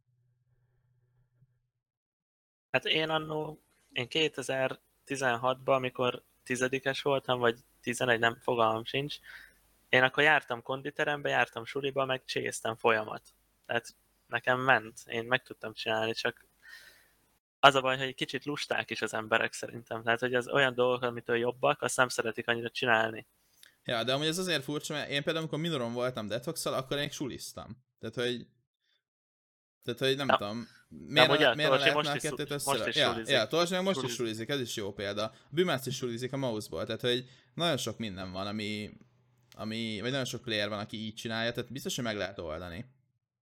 Hát én 2016-ban, amikor 10-es voltam, vagy 11, nem fogalmam sincs, én akkor jártam konditerembe, jártam suliba, meg csésztem folyamat. Tehát nekem ment, én meg tudtam csinálni, csak az a baj, hogy kicsit lusták is az emberek szerintem. Tehát, hogy az olyan dolgok, amitől jobbak, azt nem szeretik annyira csinálni. Ja, de amúgy ez azért furcsa, mert én például, amikor minoron voltam detoxal, akkor én suliztam. Tehát, hogy nem tudom, miért ne lehetne a kettőt össze? Ja, Tolzsi meg most is sulizik, ez is jó példa. A Bümác is sulizik a mouse-ból, tehát, hogy nagyon sok minden van, vagy nagyon sok player van, aki így csinálja, tehát biztos, hogy meg lehet oldani.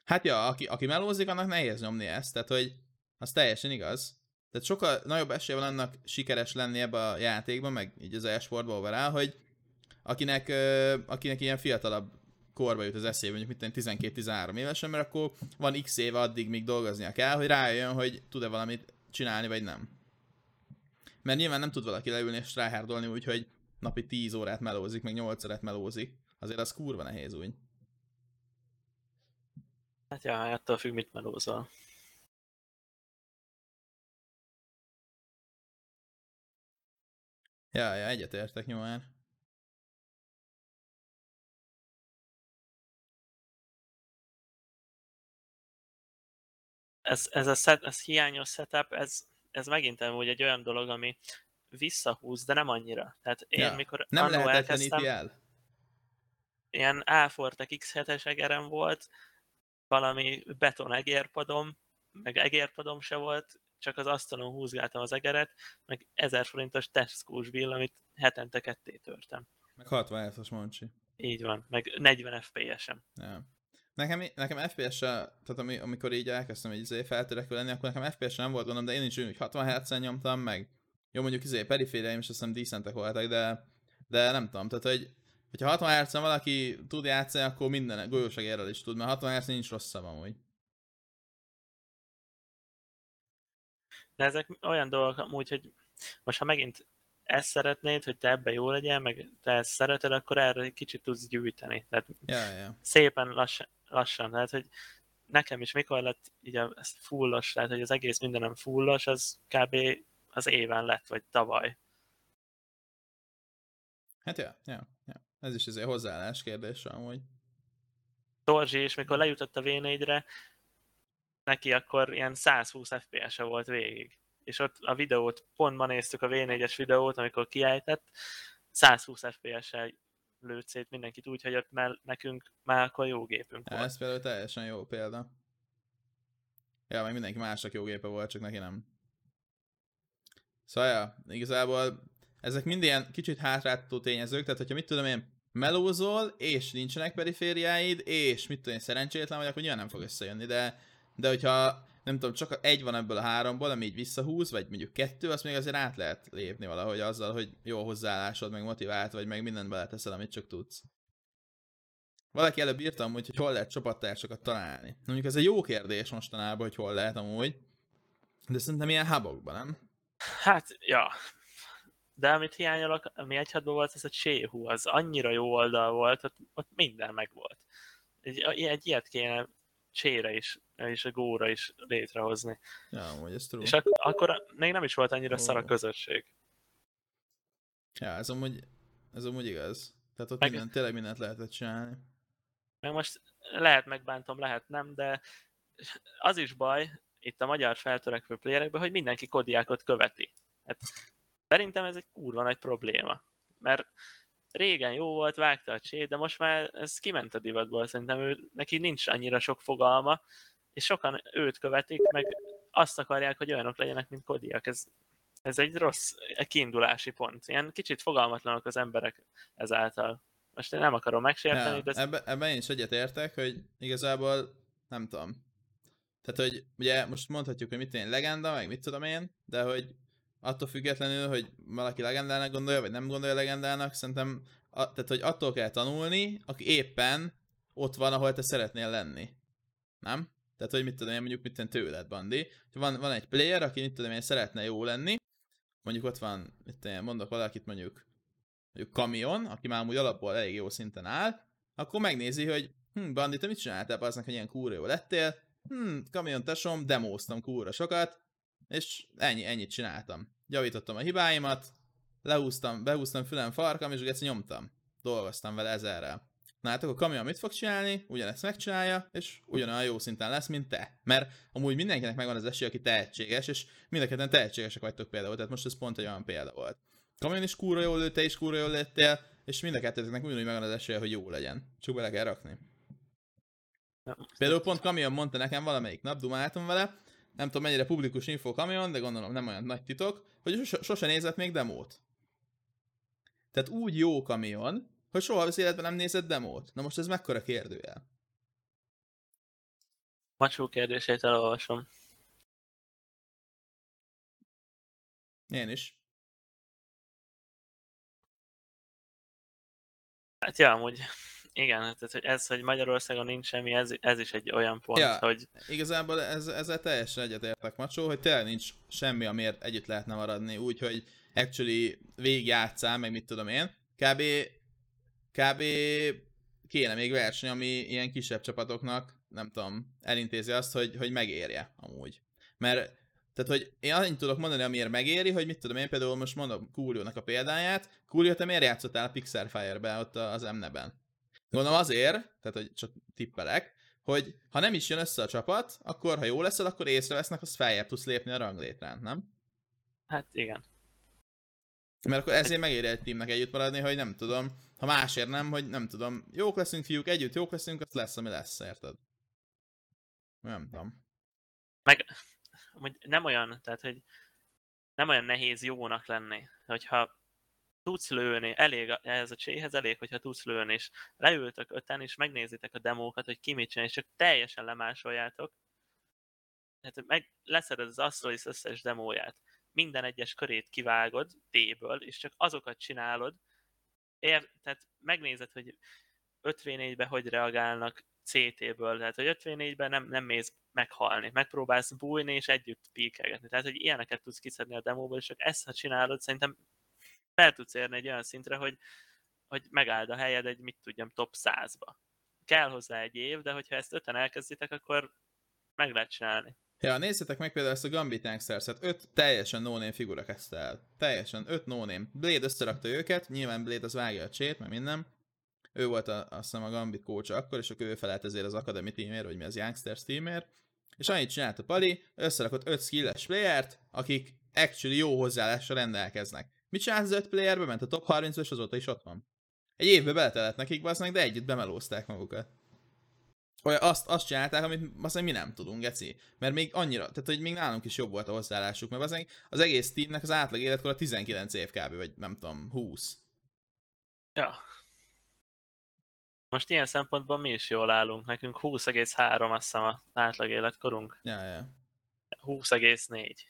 Hát ja, aki melózik, annak nehéz nyomni ezt, tehát hogy az teljesen igaz. Tehát sokkal nagyobb esélye van annak sikeres lenni ebbe a játékban, meg így az e-sportba overall, hogy akinek ilyen fiatalabb korba jut az eszébe, mondjuk mit 12-13 évesen, mert akkor van x éve addig, míg dolgoznia kell, hogy rájöjjön, hogy tud-e valamit csinálni, vagy nem. Mert nyilván nem tud valaki leülni és tryhardolni úgy, hogy napi 10 órát melózik, meg 8 órát melózik. Azért az kurva nehéz úgy. Hát ja, attól függ, mit melózol. Ja, egyetértek nyomán. Ez hiányos setup, ez megint amúgy egy olyan dolog, ami visszahúz, de nem annyira. Tehát én, Ja. mikor Nem annó lehetetleníti elkezdtem, el. ilyen A-Fortek X7-es egerem volt, valami beton egérpadom, meg egérpadom se volt, csak az asztalon húzgáltam az egeret, meg 1000 forintos Tesco-s bill, amit hetente ketté törtem. Meg 60 Hz-os Moncsi. Így van, meg 40 FPS-em. Ja. Nekem FPS-sel, tehát amikor így elkezdtem egy feltörekvő lenni, akkor nekem FPS-sel nem volt gondom, de én is úgy 60 Hz-en nyomtam meg. Jó, mondjuk perifériáim is azt hiszem decentek voltak, de nem tudom, tehát hogyha 60 Hz-en valaki tud játszani, akkor minden golyósegérrel is tud, mert 60 Hz nincs rosszabb amúgy. De ezek olyan dolgok amúgy, hogy most ha megint ezt szeretnéd, hogy te ebbe jó legyen, meg te ezt szereted, akkor erre egy kicsit tudsz gyűjteni. Tehát Ja. szépen lassan. Tehát, hogy nekem is mikor lett így ez fullos, tehát hogy az egész mindenem fullos, az kb. Az éven lett, vagy tavaly. Hát ja. Ez is azért hozzáállás kérdése amúgy. Torzsi is, mikor lejutott a V4-re, neki akkor ilyen 120 FPS-e volt végig. És ott a videót, pont ma néztük a V4-es videót, amikor kiejtett, 120 FPS-sel lőtt szét mindenkit úgy, hogy ott nekünk már akkor jó gépünk Ja, volt. ez például teljesen jó példa. Ja, meg mindenki másnak jó gépe volt, csak neki nem. Szóval ja, igazából ezek mind ilyen kicsit hátráltató tényezők, tehát hogyha mit tudom én, melózol, és nincsenek perifériáid, és mit tudom én, szerencsétlen vagy, akkor nyilván nem fog összejönni, de hogyha nem tudom, csak egy van ebből a háromból, ami így visszahúz, vagy mondjuk kettő, azt még azért át lehet lépni valahogy azzal, hogy jó hozzáállásod, meg motivált vagy, meg mindent beleteszel, amit csak tudsz. Valaki előbb írtam amúgy, hogy hol lehet csapattársakat találni. Mondjuk ez egy jó kérdés mostanában, hogy hol lehet amúgy, de szerintem ilyen hubokban, nem? Hát, ja. De amit hiányolok, ami egyhadban volt, ez a Cséhu, az annyira jó oldal volt, ott minden megvolt. Egy ilyet kéne Csére is, és a Góra is létrehozni. Ja, amúgy ez true. És akkor még nem is volt annyira szar a közösség. Ja, ez amúgy igaz. Tehát ott Meg, tényleg mindent lehetett csinálni. meg most lehet megbántom, lehet nem, de az is baj itt a magyar feltörekvő playerekben, hogy mindenki Kodiákot követi. Hát, szerintem ez egy kurva nagy probléma. Mert régen jó volt, vágta a Csé, de most már ez kiment a divatból, szerintem neki nincs annyira sok fogalma, és sokan őt követik, meg azt akarják, hogy olyanok legyenek, mint Kodiak. Ez egy rossz kiindulási pont. Ilyen kicsit fogalmatlanok az emberek ezáltal. Most én nem akarom megsérteni, Ja, de... ebben én is egyetértek, hogy igazából nem tudom. Tehát, hogy ugye most mondhatjuk, hogy mit én legenda, meg mit tudom én, de hogy attól függetlenül, hogy valaki legendának gondolja, vagy nem gondolja legendának, szerintem tehát, hogy attól kell tanulni, aki éppen ott van, ahol te szeretnél lenni. Nem? Tehát, hogy mit tudom én, mondjuk mit tőled, Bandi. Van egy player, aki mit tudom én, szeretne jó lenni, mondjuk ott van, mit tudom én, mondok valakit mondjuk Kamion, aki már amúgy alapból elég jó szinten áll, akkor megnézi, hogy Bandi, te mit csináltál aznak, hogy ilyen kúra jó lettél? Kamion tesom, demóztam kúra sokat, és ennyit csináltam. Javítottam a hibáimat, behúztam fülem farkam, és ugye nyomtam. Dolgoztam vele 1000-rel. Na hát akkor Kamion mit fog csinálni? Ugyanezt megcsinálja, és ugyanolyan jó szinten lesz, mint te. Mert amúgy mindenkinek megvan az esély, aki tehetséges, és mind a ketten tehetségesek vagytok például, tehát most ez pont egy olyan példa volt. Kamion is kúra jól lőtt, te is kúra jól lettél, és mind a kettőtöknek ugyanúgy megvan az esélye, hogy jó legyen. Csak bele kell rakni. Például pont Kamion mondta nekem valamelyik nap, dumáltam vele, nem tudom mennyire publikus info Kamion, de gondolom nem olyan nagy titok, hogy sose nézett még demót. Tehát úgy jó Kamion, hogy soha az életben nem nézett demót. Na most ez mekkora kérdőjel? Macsó kérdéseit elolvasom. Én is. Hát ja, amúgy igen, tehát hogy ez, hogy Magyarországon nincs semmi, ez is egy olyan pont, Ja, hogy igazából ezzel teljesen egyetértek, Macsó, hogy tényleg nincs semmi, amiért együtt lehetne maradni, úgyhogy actually végigjátszál, meg mit tudom én. Kb. Kéne még verseny, ami ilyen kisebb csapatoknak, nem tudom, elintézi azt, hogy megérje amúgy. Mert tehát, hogy én annyit tudok mondani, amiért megéri, hogy mit tudom én, például most mondom Coolio-nak a példáját. Coolio, te miért játszottál a Pixel Fire-be ott az MNE-ben? Gondolom azért, tehát hogy csak tippelek, hogy ha nem is jön össze a csapat, akkor ha jó leszel, akkor észrevesznek, az feljebb tudsz lépni a ranglétrán, nem? hát igen. Mert akkor ezért megéri egy teamnek együtt maradni, hogy nem tudom, ha másért nem, hogy nem tudom, jók leszünk fiúk, együtt jók leszünk, az lesz, ami lesz, érted? Nem tudom. Meg hogy nem olyan, tehát hogy nem olyan nehéz jónak lenni, hogyha tudsz lőni, elég ez a cséhez elég, hogyha tudsz lőni, és leültök öten, és megnézitek a demókat, hogy ki mit csinál, és csak teljesen lemásoljátok. Tehát meg leszeded az Astralis összes demóját, minden egyes körét kivágod D-ből, és csak azokat csinálod, tehát megnézed, hogy 5v4-ben hogy reagálnak CT-ből, tehát hogy 5v4-ben nem mész meghalni, megpróbálsz bújni és együtt píkelgetni, tehát hogy ilyeneket tudsz kiszedni a demóból, és csak ezt ha csinálod, szerintem fel tudsz érni egy olyan szintre, hogy megáld a helyed egy, mit tudjam, top 100-ba. Kell hozzá egy év, de hogyha ezt öten elkezditek, akkor meg lehet csinálni. Ja, nézzetek meg például ezt a Gambit Youngsters-et, 5 teljesen no-name figura kezdte el. Teljesen, 5 no-name. Blade összerakta őket, nyilván Blade az vágja a csét, meg minden. Ő volt azt hiszem a Gambit coach akkor, és akkor ő felelt ezért az Academy teamért, vagy mi az Youngsters teamért. És annyit csinált a Pali, összerakott 5 skilles playert, akik actually jó hozzáállással rendelkeznek. Mit csinált az 5 playerbe? Ment a top 30 és azóta is ott van. Egy évbe beletelett nekik, bazdmeg, de együtt bemelózták magukat. Olyan azt csinálták, amit azt mi nem tudunk, geci. Mert még annyira, tehát hogy még nálunk is jobb volt a hozzáállásuk, mert az egész teamnek az átlag életkora 19 év kb. Vagy nem tudom, 20. Ja. Most ilyen szempontból mi is jól állunk. Nekünk 20,3 azt hiszem az átlag életkorunk. Ja. 20,4.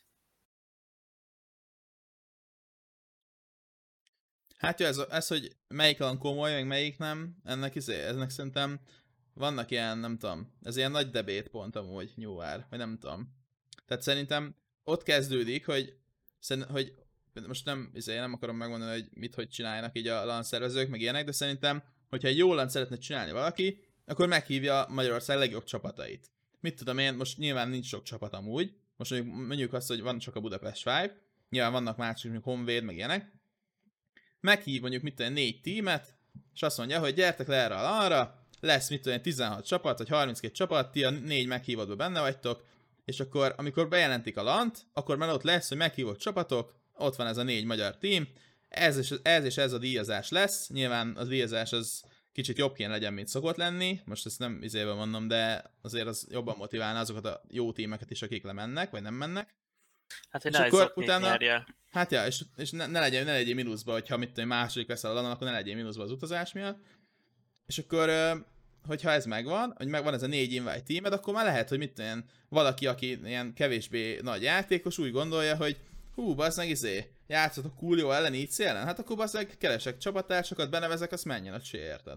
Hát jó, ez, hogy melyik van komoly, meg melyik nem, ennek szerintem vannak ilyen, nem tudom, ez ilyen nagy debét pont amúgy, nyúvár, vagy nem tudom. Tehát szerintem ott kezdődik, hogy most nem akarom megmondani, hogy hogy csináljanak így a LAN szervezők, meg ilyenek, de szerintem, hogyha egy jó LAN szeretne csinálni valaki, akkor meghívja Magyarország legjobb csapatait. Mit tudom én, most nyilván nincs sok csapat amúgy, most mondjuk azt, hogy van csak a Budapest 5, nyilván vannak mások, mint Honvéd, meg ilyenek, meghív mondjuk mit tudom 4 tímet, és azt mondja, hogy gyertek le erre arra, lesz mit tudom 16 csapat, vagy 32 csapat, ti a 4 meghívottban benne vagytok, és akkor amikor bejelentik a lant, akkor már ott lesz, hogy meghívott csapatok, ott van ez a 4 magyar tím, ez a díjazás lesz, nyilván a díjazás az kicsit jobb kéne legyen, mint szokott lenni, most ezt nem izébe mondom, de azért az jobban motiválna azokat a jó tímeket is, akik lemennek, vagy nem mennek. Hát, hogy És ne egy akkor zoknit utána, nyerje. hát ja, és ne legyél mínuszba, hogyha mit tudom, második leszel a lanon, akkor ne legyél mínuszba az utazás miatt. És akkor, hogyha ez megvan, hogy megvan ez a 4 invite teamed, akkor már lehet, hogy mit tudom, valaki, aki ilyen kevésbé nagy játékos, úgy gondolja, hogy hú, bazdmeg játszott Coolio ellen így szélen, hát akkor bazdmeg keresek csapattársakat, benevezek, azt menjen a csé, érted?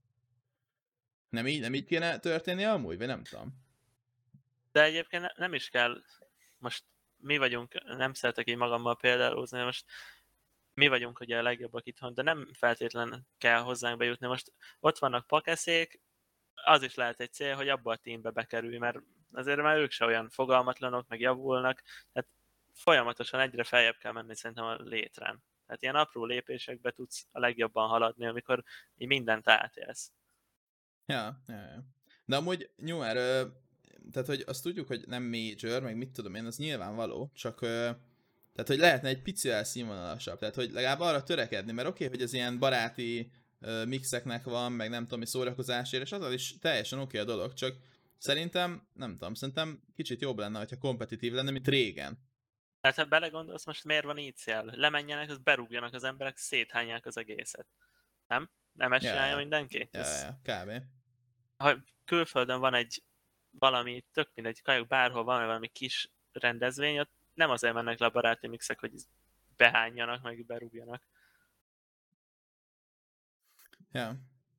Nem így kéne történni amúgy, vagy nem tudom. De egyébként nem is kell, most mi vagyunk, nem szeretek így magammal példálózni, most mi vagyunk ugye a legjobbak itthon, de nem feltétlenül kell hozzánk bejutni. Most ott vannak pakeszék, az is lehet egy cél, hogy abba a teambe bekerülj, mert azért már ők se olyan fogalmatlanok, meg javulnak, tehát folyamatosan egyre feljebb kell menni szerintem a létrán. Tehát ilyen apró lépésekbe tudsz a legjobban haladni, amikor így mindent átélsz. Ja. De amúgy nyilván, tehát hogy azt tudjuk, hogy nem major, meg mit tudom én, az nyilvánvaló, csak tehát hogy lehetne egy picivel színvonalasabb, tehát hogy legalább arra törekedni, mert oké, hogy ez ilyen baráti mixeknek van, meg nem tudom mi szórakozásért, és az is teljesen oké a dolog, csak szerintem, nem tudom, szerintem kicsit jobb lenne, hogyha kompetitív lenne, mint régen. Tehát ha belegondolsz, most miért van így cél? Lemenjenek, az berúgjanak az emberek, széthányják az egészet. Nem? Nem ezt csinálja mindenki? Ja, kb. Ha külföldön van egy valami, tök mindegy, kajak bárhol van valami kis rendezvény, ott nem azért mennek le a baráti mixek, hogy behányjanak, meg berúgjanak. Ja.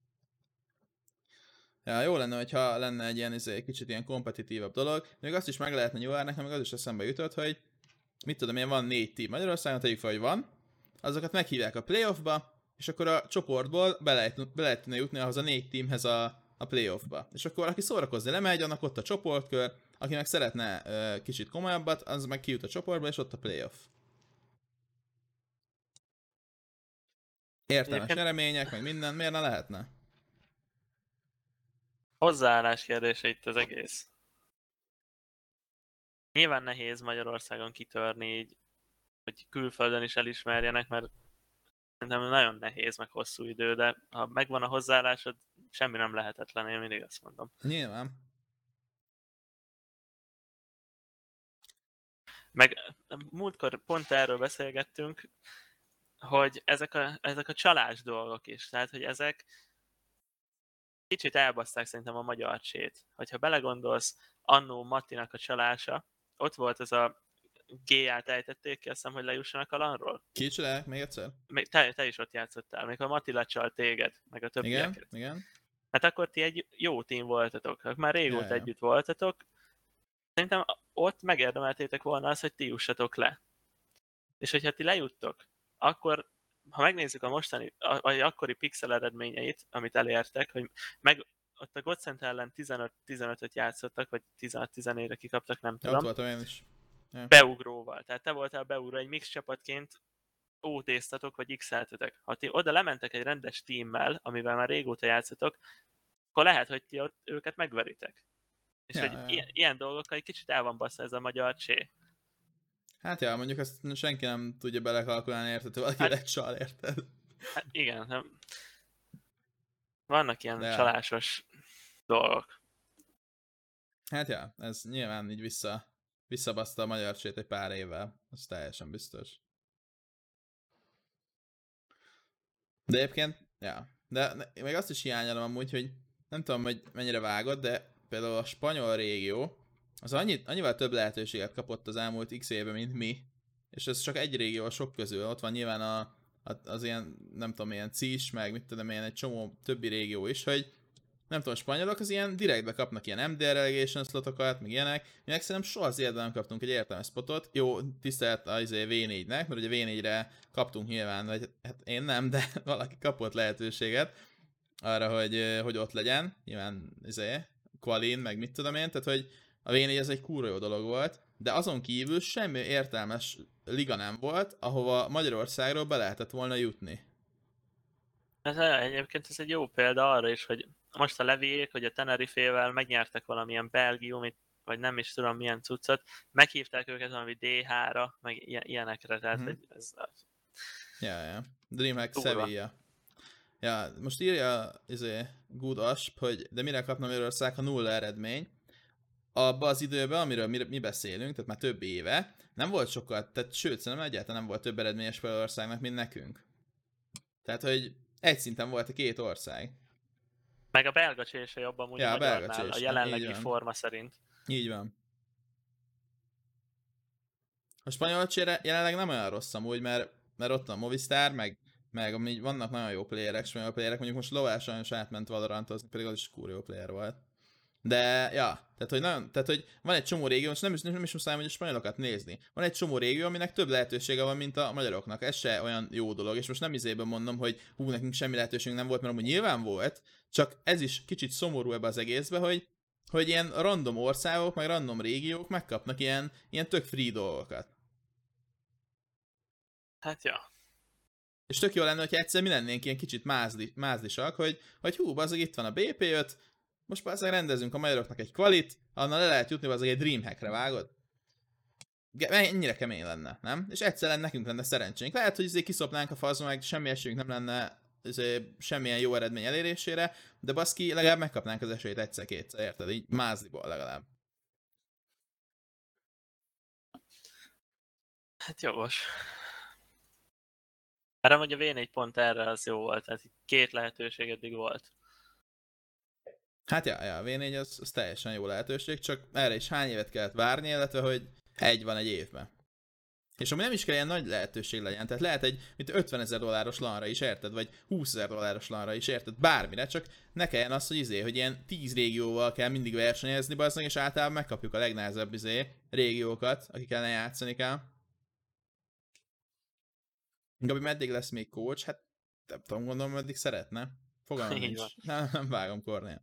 Ja, jó lenne, hogyha lenne egy ilyen kicsit ilyen kompetitívabb dolog. Még azt is meg lehetne nyúlni, nekem meg az is eszembe jutott, hogy mit tudom én, van 4 team Magyarországon, tegyük fel, hogy van, azokat meghívják a playoffba, és akkor a csoportból be lehet tudni jutni ahhoz a 4 teamhez a playoffba. És akkor aki szórakozni lemegy, annak ott a csoportkör, aki meg szeretne kicsit komolyabbat, az meg kijut a csoportba, és ott a playoff. Értelmes Egyébként nyeremények, meg minden, miért ne lehetne? hozzáállás kérdése itt az egész. Nyilván nehéz Magyarországon kitörni így, hogy külföldön is elismerjenek, mert szerintem nagyon nehéz, meg hosszú idő, de ha megvan a hozzáállásod, semmi nem lehetetlen, én mindig azt mondom. Nyilván. Meg múltkor pont erről beszélgettünk, hogy ezek a csalás dolgok is, tehát hogy ezek kicsit elbaszták szerintem a magyar csét. Hogyha belegondolsz, annó Mattinak a csalása, ott volt ez a G-ját ejtették ki, azt hiszem, hogy lejussanak a LAN-ról. Ki csinálják még egyszer? Még te is ott játszottál, még a Mati lecsalt téged, meg a többieket. Igen. Hát akkor ti egy jó team voltatok, már régóta Ja. együtt voltatok. Szerintem ott megérdemeltétek volna azt, hogy ti jussatok le. És hogyha ti lejuttok, akkor ha megnézzük a mostani, vagy akkori pixel eredményeit, amit elértek, hogy meg ott a Godsent ellen 15-15-öt játszottak, vagy 16-14-re kikaptak, nem Ja, tudom. ott voltam én is. Ja. Beugróval. Tehát te voltál beugró, egy mix csapatként OT-ztatok, vagy X-eltetek. Ha ti oda lementek egy rendes teammel, amivel már régóta játszotok, akkor lehet, hogy ti ott őket megveritek. És Ja, hogy ja. ilyen dolgokkal egy kicsit el van bassza ez a magyar csé. Hát ja, mondjuk ezt senki nem tudja belekalkulálni, érted, hogy valaki lecsal, érted? Hát igen, nem. Vannak ilyen De csalásos dolgok. hát ja, ez nyilván így visszabaszta a magyar csét egy pár évvel, az teljesen biztos. De egyébként, ja, de még azt is hiányolom amúgy, hogy nem tudom, hogy mennyire vágod, de például a spanyol régió, az annyival több lehetőséget kapott az elmúlt x évben, mint mi, és ez csak egy régió a sok közül, ott van nyilván az ilyen, nem tudom, ilyen CIS, meg mit tudom, ilyen egy csomó többi régió is, hogy nem tudom, a spanyolok az ilyen direktbe kapnak ilyen MDR relegation slotokat, meg ilyenek. Mi meg szerintem soha az életben nem kaptunk egy értelmes spotot. Jó, tisztelt az V4-nek, mert ugye V4-re kaptunk nyilván, vagy hát én nem, de valaki kapott lehetőséget arra, hogy ott legyen. Nyilván Qualin, meg mit tudom én, tehát hogy a V4 ez egy kurva jó dolog volt, de azon kívül semmi értelmes liga nem volt, ahova Magyarországról be lehetett volna jutni. Egyébként ez egy jó példa arra is, hogy most a Leviék, hogy a Tenerife-vel megnyertek valamilyen Belgiumit, vagy nem is tudom milyen cuccot, meghívták őket valami DH-ra, meg ilyenekre, tehát hogy ez Ja. Dreamhack durva. Sevilla. Ja, most írja Good Asp, hogy de mire kapna Magyarország, ha nulla eredmény. Abban az időben, amiről mi beszélünk, tehát már több éve, nem volt sokkal, tehát sőt, szerintem egyáltalán nem volt több eredményes Magyarországnak, mint nekünk. Tehát, hogy egy szinten volt a két ország. Meg a belga csése jobb amúgy Ja, a a belga magyarnál, a csés, jelenlegi forma szerint. Így van. A spanyol csére jelenleg nem olyan rossz amúgy, mert ott a Movistar, meg amíg vannak nagyon jó playerek, spanyol playerek, mondjuk most Lovás sajnos átment Valorantozni, pedig az is kurva jó player volt. De, ja, tehát, hogy van egy csomó régió, most nem is muszáj, hogy a spanyolokat nézni. Van egy csomó régió, aminek több lehetősége van, mint a magyaroknak. Ez se olyan jó dolog, és most nem izében mondom, hogy nekünk semmi lehetőségünk nem volt, mert amúgy nyilván volt, csak ez is kicsit szomorú ebbe az egészbe, hogy ilyen random országok, meg random régiók megkapnak ilyen tök free dolgokat. Hát ja. És tök jó lenne, hogyha egyszer mi lennénk ilyen kicsit mázlisak, hogy hú, bazzag itt van a BP5, most bazzag rendezünk a magyaroknak egy kvalit, annál le lehet jutni bazzag egy Dreamhackre, vágod? Ennyire kemény lenne, nem? És egyszer nekünk lenne szerencsénk. Lehet, hogy azért kiszopnánk a fazon, meg semmi esélyünk nem lenne semmilyen jó eredmény elérésére, de baszki, legalább megkapnánk az esélyt egyszer-kétszer, érted? Így mázliból legalább. Hát jogos. Erre mondja V4 pont erre az jó volt, tehát két lehetőség eddig volt. Hát ja, a V4 az teljesen jó lehetőség, csak erre is hány évet kellett várni, illetve hogy egy van egy évben. És ami nem is kell ilyen nagy lehetőség legyen, tehát lehet egy mint $50,000 lanra is, érted? Vagy $20,000 lanra is, érted? Bármire, csak ne kelljen az, hogy ilyen 10 régióval kell mindig versenyezni, bazdmeg, és általában megkapjuk a legnehezebb régiókat, akik ellen játszani kell. Gabi, meddig lesz még coach? Hát nem tudom, gondolom, meddig szeretne. Fogalmam nincs. Nem vágom Kornél.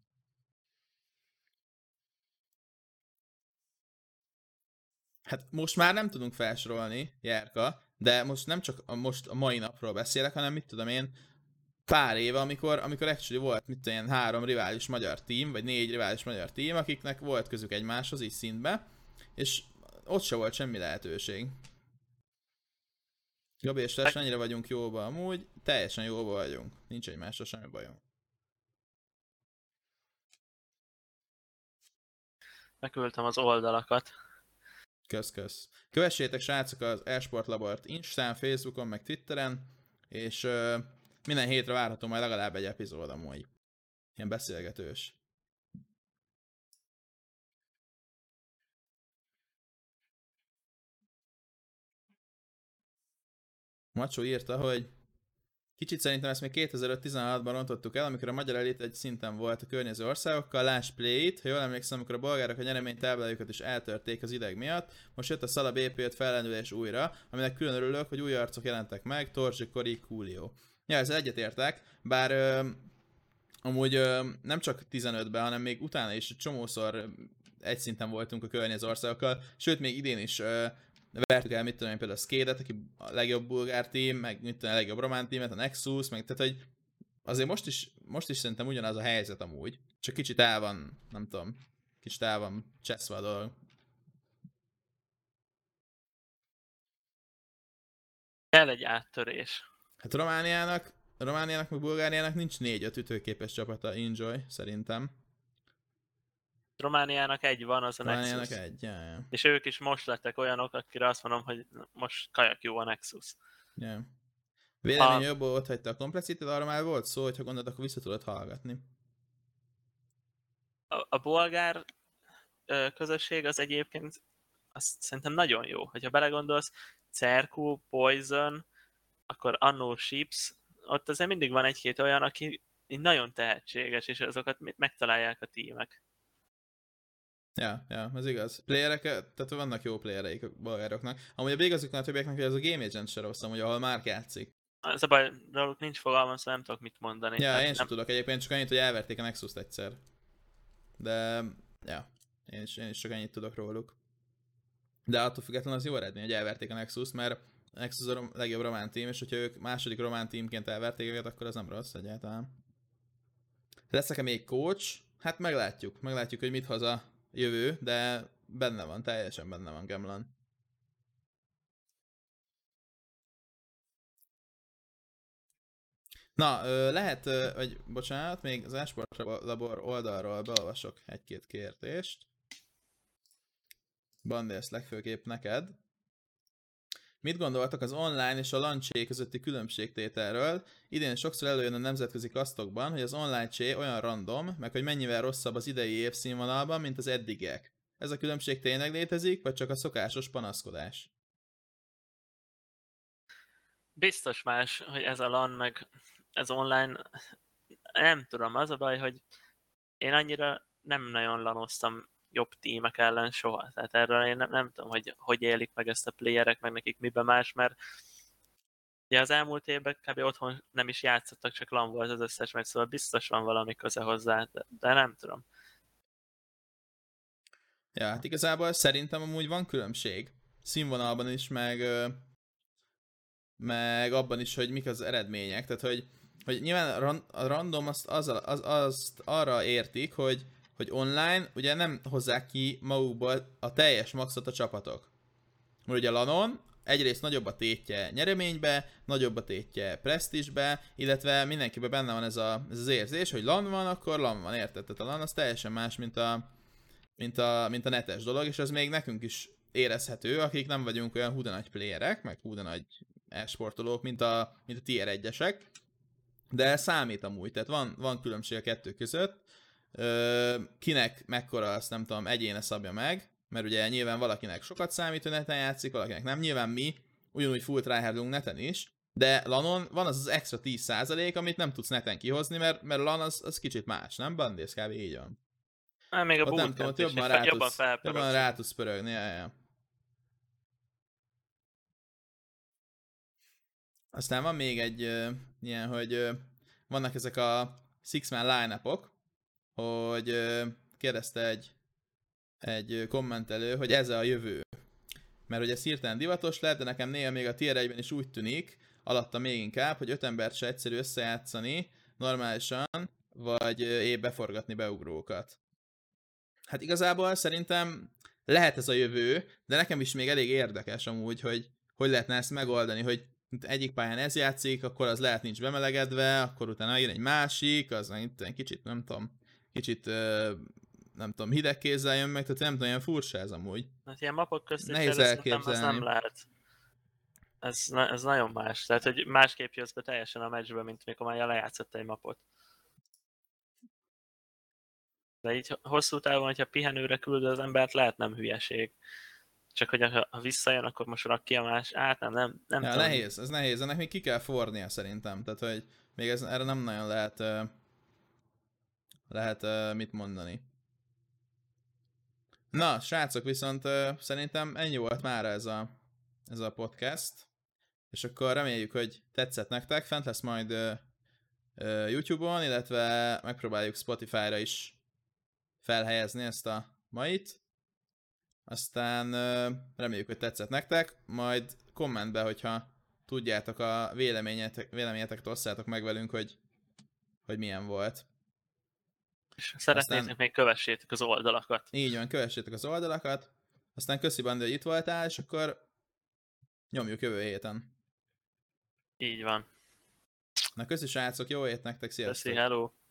Hát most már nem tudunk felsorolni, Jerka, de most nem csak most a mai napról beszélek, hanem mit tudom én, pár éve, amikor actually volt, mit tudom én, 3 rivális magyar team, vagy 4 rivális magyar team, akiknek volt közük egymáshoz is szintbe, és ott se volt semmi lehetőség. Gabi és Tess, annyira vagyunk jóba amúgy, teljesen jóba vagyunk, nincs egymásra semmi bajunk. Megküldtem az oldalakat. Kösz. Kövessétek srácok az Esport Labort Instán, Facebookon, meg Twitteren, és minden hétre várható majd legalább egy epizód amúgy. Ilyen beszélgetős. Macsó írta, hogy kicsit szerintem ezt még 2016-ban rontottuk el, amikor a magyar elit egy szinten volt a környező országokkal, Lásd Play-it, ha jól emlékszem, amikor a bolgárok a nyereménytáblájukat is eltörték az ideg miatt, most jött a Szala BP5 fellendülés újra, aminek külön örülök, hogy új arcok jelentek meg, Torzsi, Kori, Coolio. Ja, ezzel egyetértek, bár amúgy nem csak 15-ben, hanem még utána is csomószor egy szinten voltunk a környező országokkal, sőt még idén is vertük el, mit tudom én, például a Skate-et, aki a legjobb bulgár team, meg mit tudom, a legjobb román teamet, a Nexus, meg tehát, hogy azért most is szerintem ugyanaz a helyzet amúgy, csak kicsit el van, nem tudom, kicsit el van cseszve a dolog. Kell egy áttörés. Hát Romániának meg Bulgáriának nincs 4-5 ütőképes csapata, Enjoy, szerintem. Romániának egy van, az a Romániának Nexus. egy, ja. És ők is most lettek olyanok, akire azt mondom, hogy most kajak jó a Nexus. Yeah. Vélemény jobból ott hagyta a komplexitet, arra már volt szó, hogy ha gondolod, akkor vissza tudod hallgatni. A bolgár közösség az egyébként azt szerintem nagyon jó. Hogyha belegondolsz, Cerku, Poison, akkor Anno Ships, ott azért mindig van egy-két olyan, aki nagyon tehetséges, és azokat megtalálják a tímek. Ja, ez igaz. Playerek, tehát vannak jó playereik a bolgároknak. Amúgy a végazoknál a többieknek, hogy ez a Game Agent se rossz, amúgy ahol már játszik. Ez a baj, róluk nincs fogalmam, szóval nem tudok mit mondani. Ja, én sem nem... tudok egyébként, csak annyit, hogy elverték a Nexus-t egyszer. De, ja, én is csak ennyit tudok róluk. De attól függetlenül az jó eredmény, hogy elverték a Nexus, mert a Nexus a legjobb román team, és hogyha ők második román teamként elverték őket, akkor az nem rossz egyáltalán. Lesz-e még coach? Hát meglátjuk, hogy mit hoz a jövő, de benne van, teljesen benne van Gemlan. Na, lehet, vagy bocsánat, még az Esport Labor oldalról beolvasok egy-két kérdést. Bandi, ezt legfőképp neked. Mit gondoltak az online és a LAN közötti különbségtételről? Idén sokszor előjön a nemzetközi kasztokban, hogy az online csé olyan random, meg hogy mennyivel rosszabb az idei évszínvonalban, mint az eddigiek. Ez a különbség tényleg létezik, vagy csak a szokásos panaszkodás? Biztos más, hogy ez a LAN meg ez online, nem tudom, az a baj, hogy én annyira nem nagyon lanoztam jobb tímek ellen soha. Tehát erről én nem tudom, hogy élik meg ezt a playerek, meg nekik miben más, mert ugye az elmúlt évben kb. Otthon nem is játszottak, csak LAN volt az összes meg, szóval biztos van valami köze hozzá, de nem tudom. Ja, hát igazából szerintem amúgy van különbség. Színvonalban is, meg abban is, hogy mik az eredmények. Tehát, hogy nyilván a random azt arra értik, hogy online ugye nem hozzák ki magukból a teljes maxot a csapatok. Mert ugye a LAN-on egyrészt nagyobb a tétje nyereménybe, nagyobb a tétje presztízsbe, illetve mindenkiben benne van ez az érzés, hogy LAN van, akkor LAN van, érted? Tehát a LAN az teljesen más, mint a netes dolog, és az még nekünk is érezhető, akik nem vagyunk olyan húda nagy playerek, meg húda nagy e-sportolók, mint a tier 1-esek, de számít amúgy, tehát van különbség a kettő között. kinek mekkora, azt nem tudom, egyéne szabja meg, mert ugye nyilván valakinek sokat számít, hogy neten játszik, valakinek nem, nyilván mi ugyanúgy full tryhardunk neten is, de LAN-on van az extra 10%, amit nem tudsz neten kihozni, mert LAN az kicsit más, nem? Bandész kb. Így van. Még a Ott nem tudom, ott jobban rá tudsz pörögni. Ja. Aztán van még egy ilyen, hogy vannak ezek a six-man line-upok, hogy kérdezte egy kommentelő, hogy ez a jövő. Mert hogy ez hirtelen divatos lett, de nekem néha még a tier 1-ben is úgy tűnik, alatta még inkább, hogy 5 embert se egyszerű összejátszani normálisan, vagy épp beforgatni beugrókat. Hát igazából szerintem lehet ez a jövő, de nekem is még elég érdekes amúgy, hogy lehetne ezt megoldani, hogy egyik pályán ez játszik, akkor az lehet nincs bemelegedve, akkor utána jön egy másik, az egy kicsit, nem tudom, hideg kézzel jön meg, tehát nem tudom, ilyen furcsa ez amúgy. Hát ilyen mapok közt nehéz elképzelni. Ez nem lehet. Ez nagyon más. Tehát, hogy másképp jössz be teljesen a meccsbe, mint mikor már lejátszott egy mapot. De így hosszú távon, hogyha pihenőre küldöd az embert, lehet nem hülyeség. Csak hogy ha visszajön, akkor most rak ki a más. Nem ja, tudom. Nehéz, ez nehéz. Ennek még ki kell fornia szerintem. Tehát, hogy még erre nem nagyon lehet mit mondani. Na, srácok, viszont szerintem ennyi volt már ez a podcast. És akkor reméljük, hogy tetszett nektek. Fent lesz majd YouTube-on, illetve megpróbáljuk Spotify-ra is felhelyezni ezt a mait. Aztán reméljük, hogy tetszett nektek. Majd kommentbe, hogyha tudjátok a véleményetek, osszátok meg velünk, hogy milyen volt. És szeretnétek még kövessétek az oldalakat. Így van, kövessétek az oldalakat. Aztán köszi Bandi, hogy itt voltál, és akkor nyomjuk jövő héten. Így van. Na köszi srácok, jó hét nektek, sziasztok! Köszi, hello!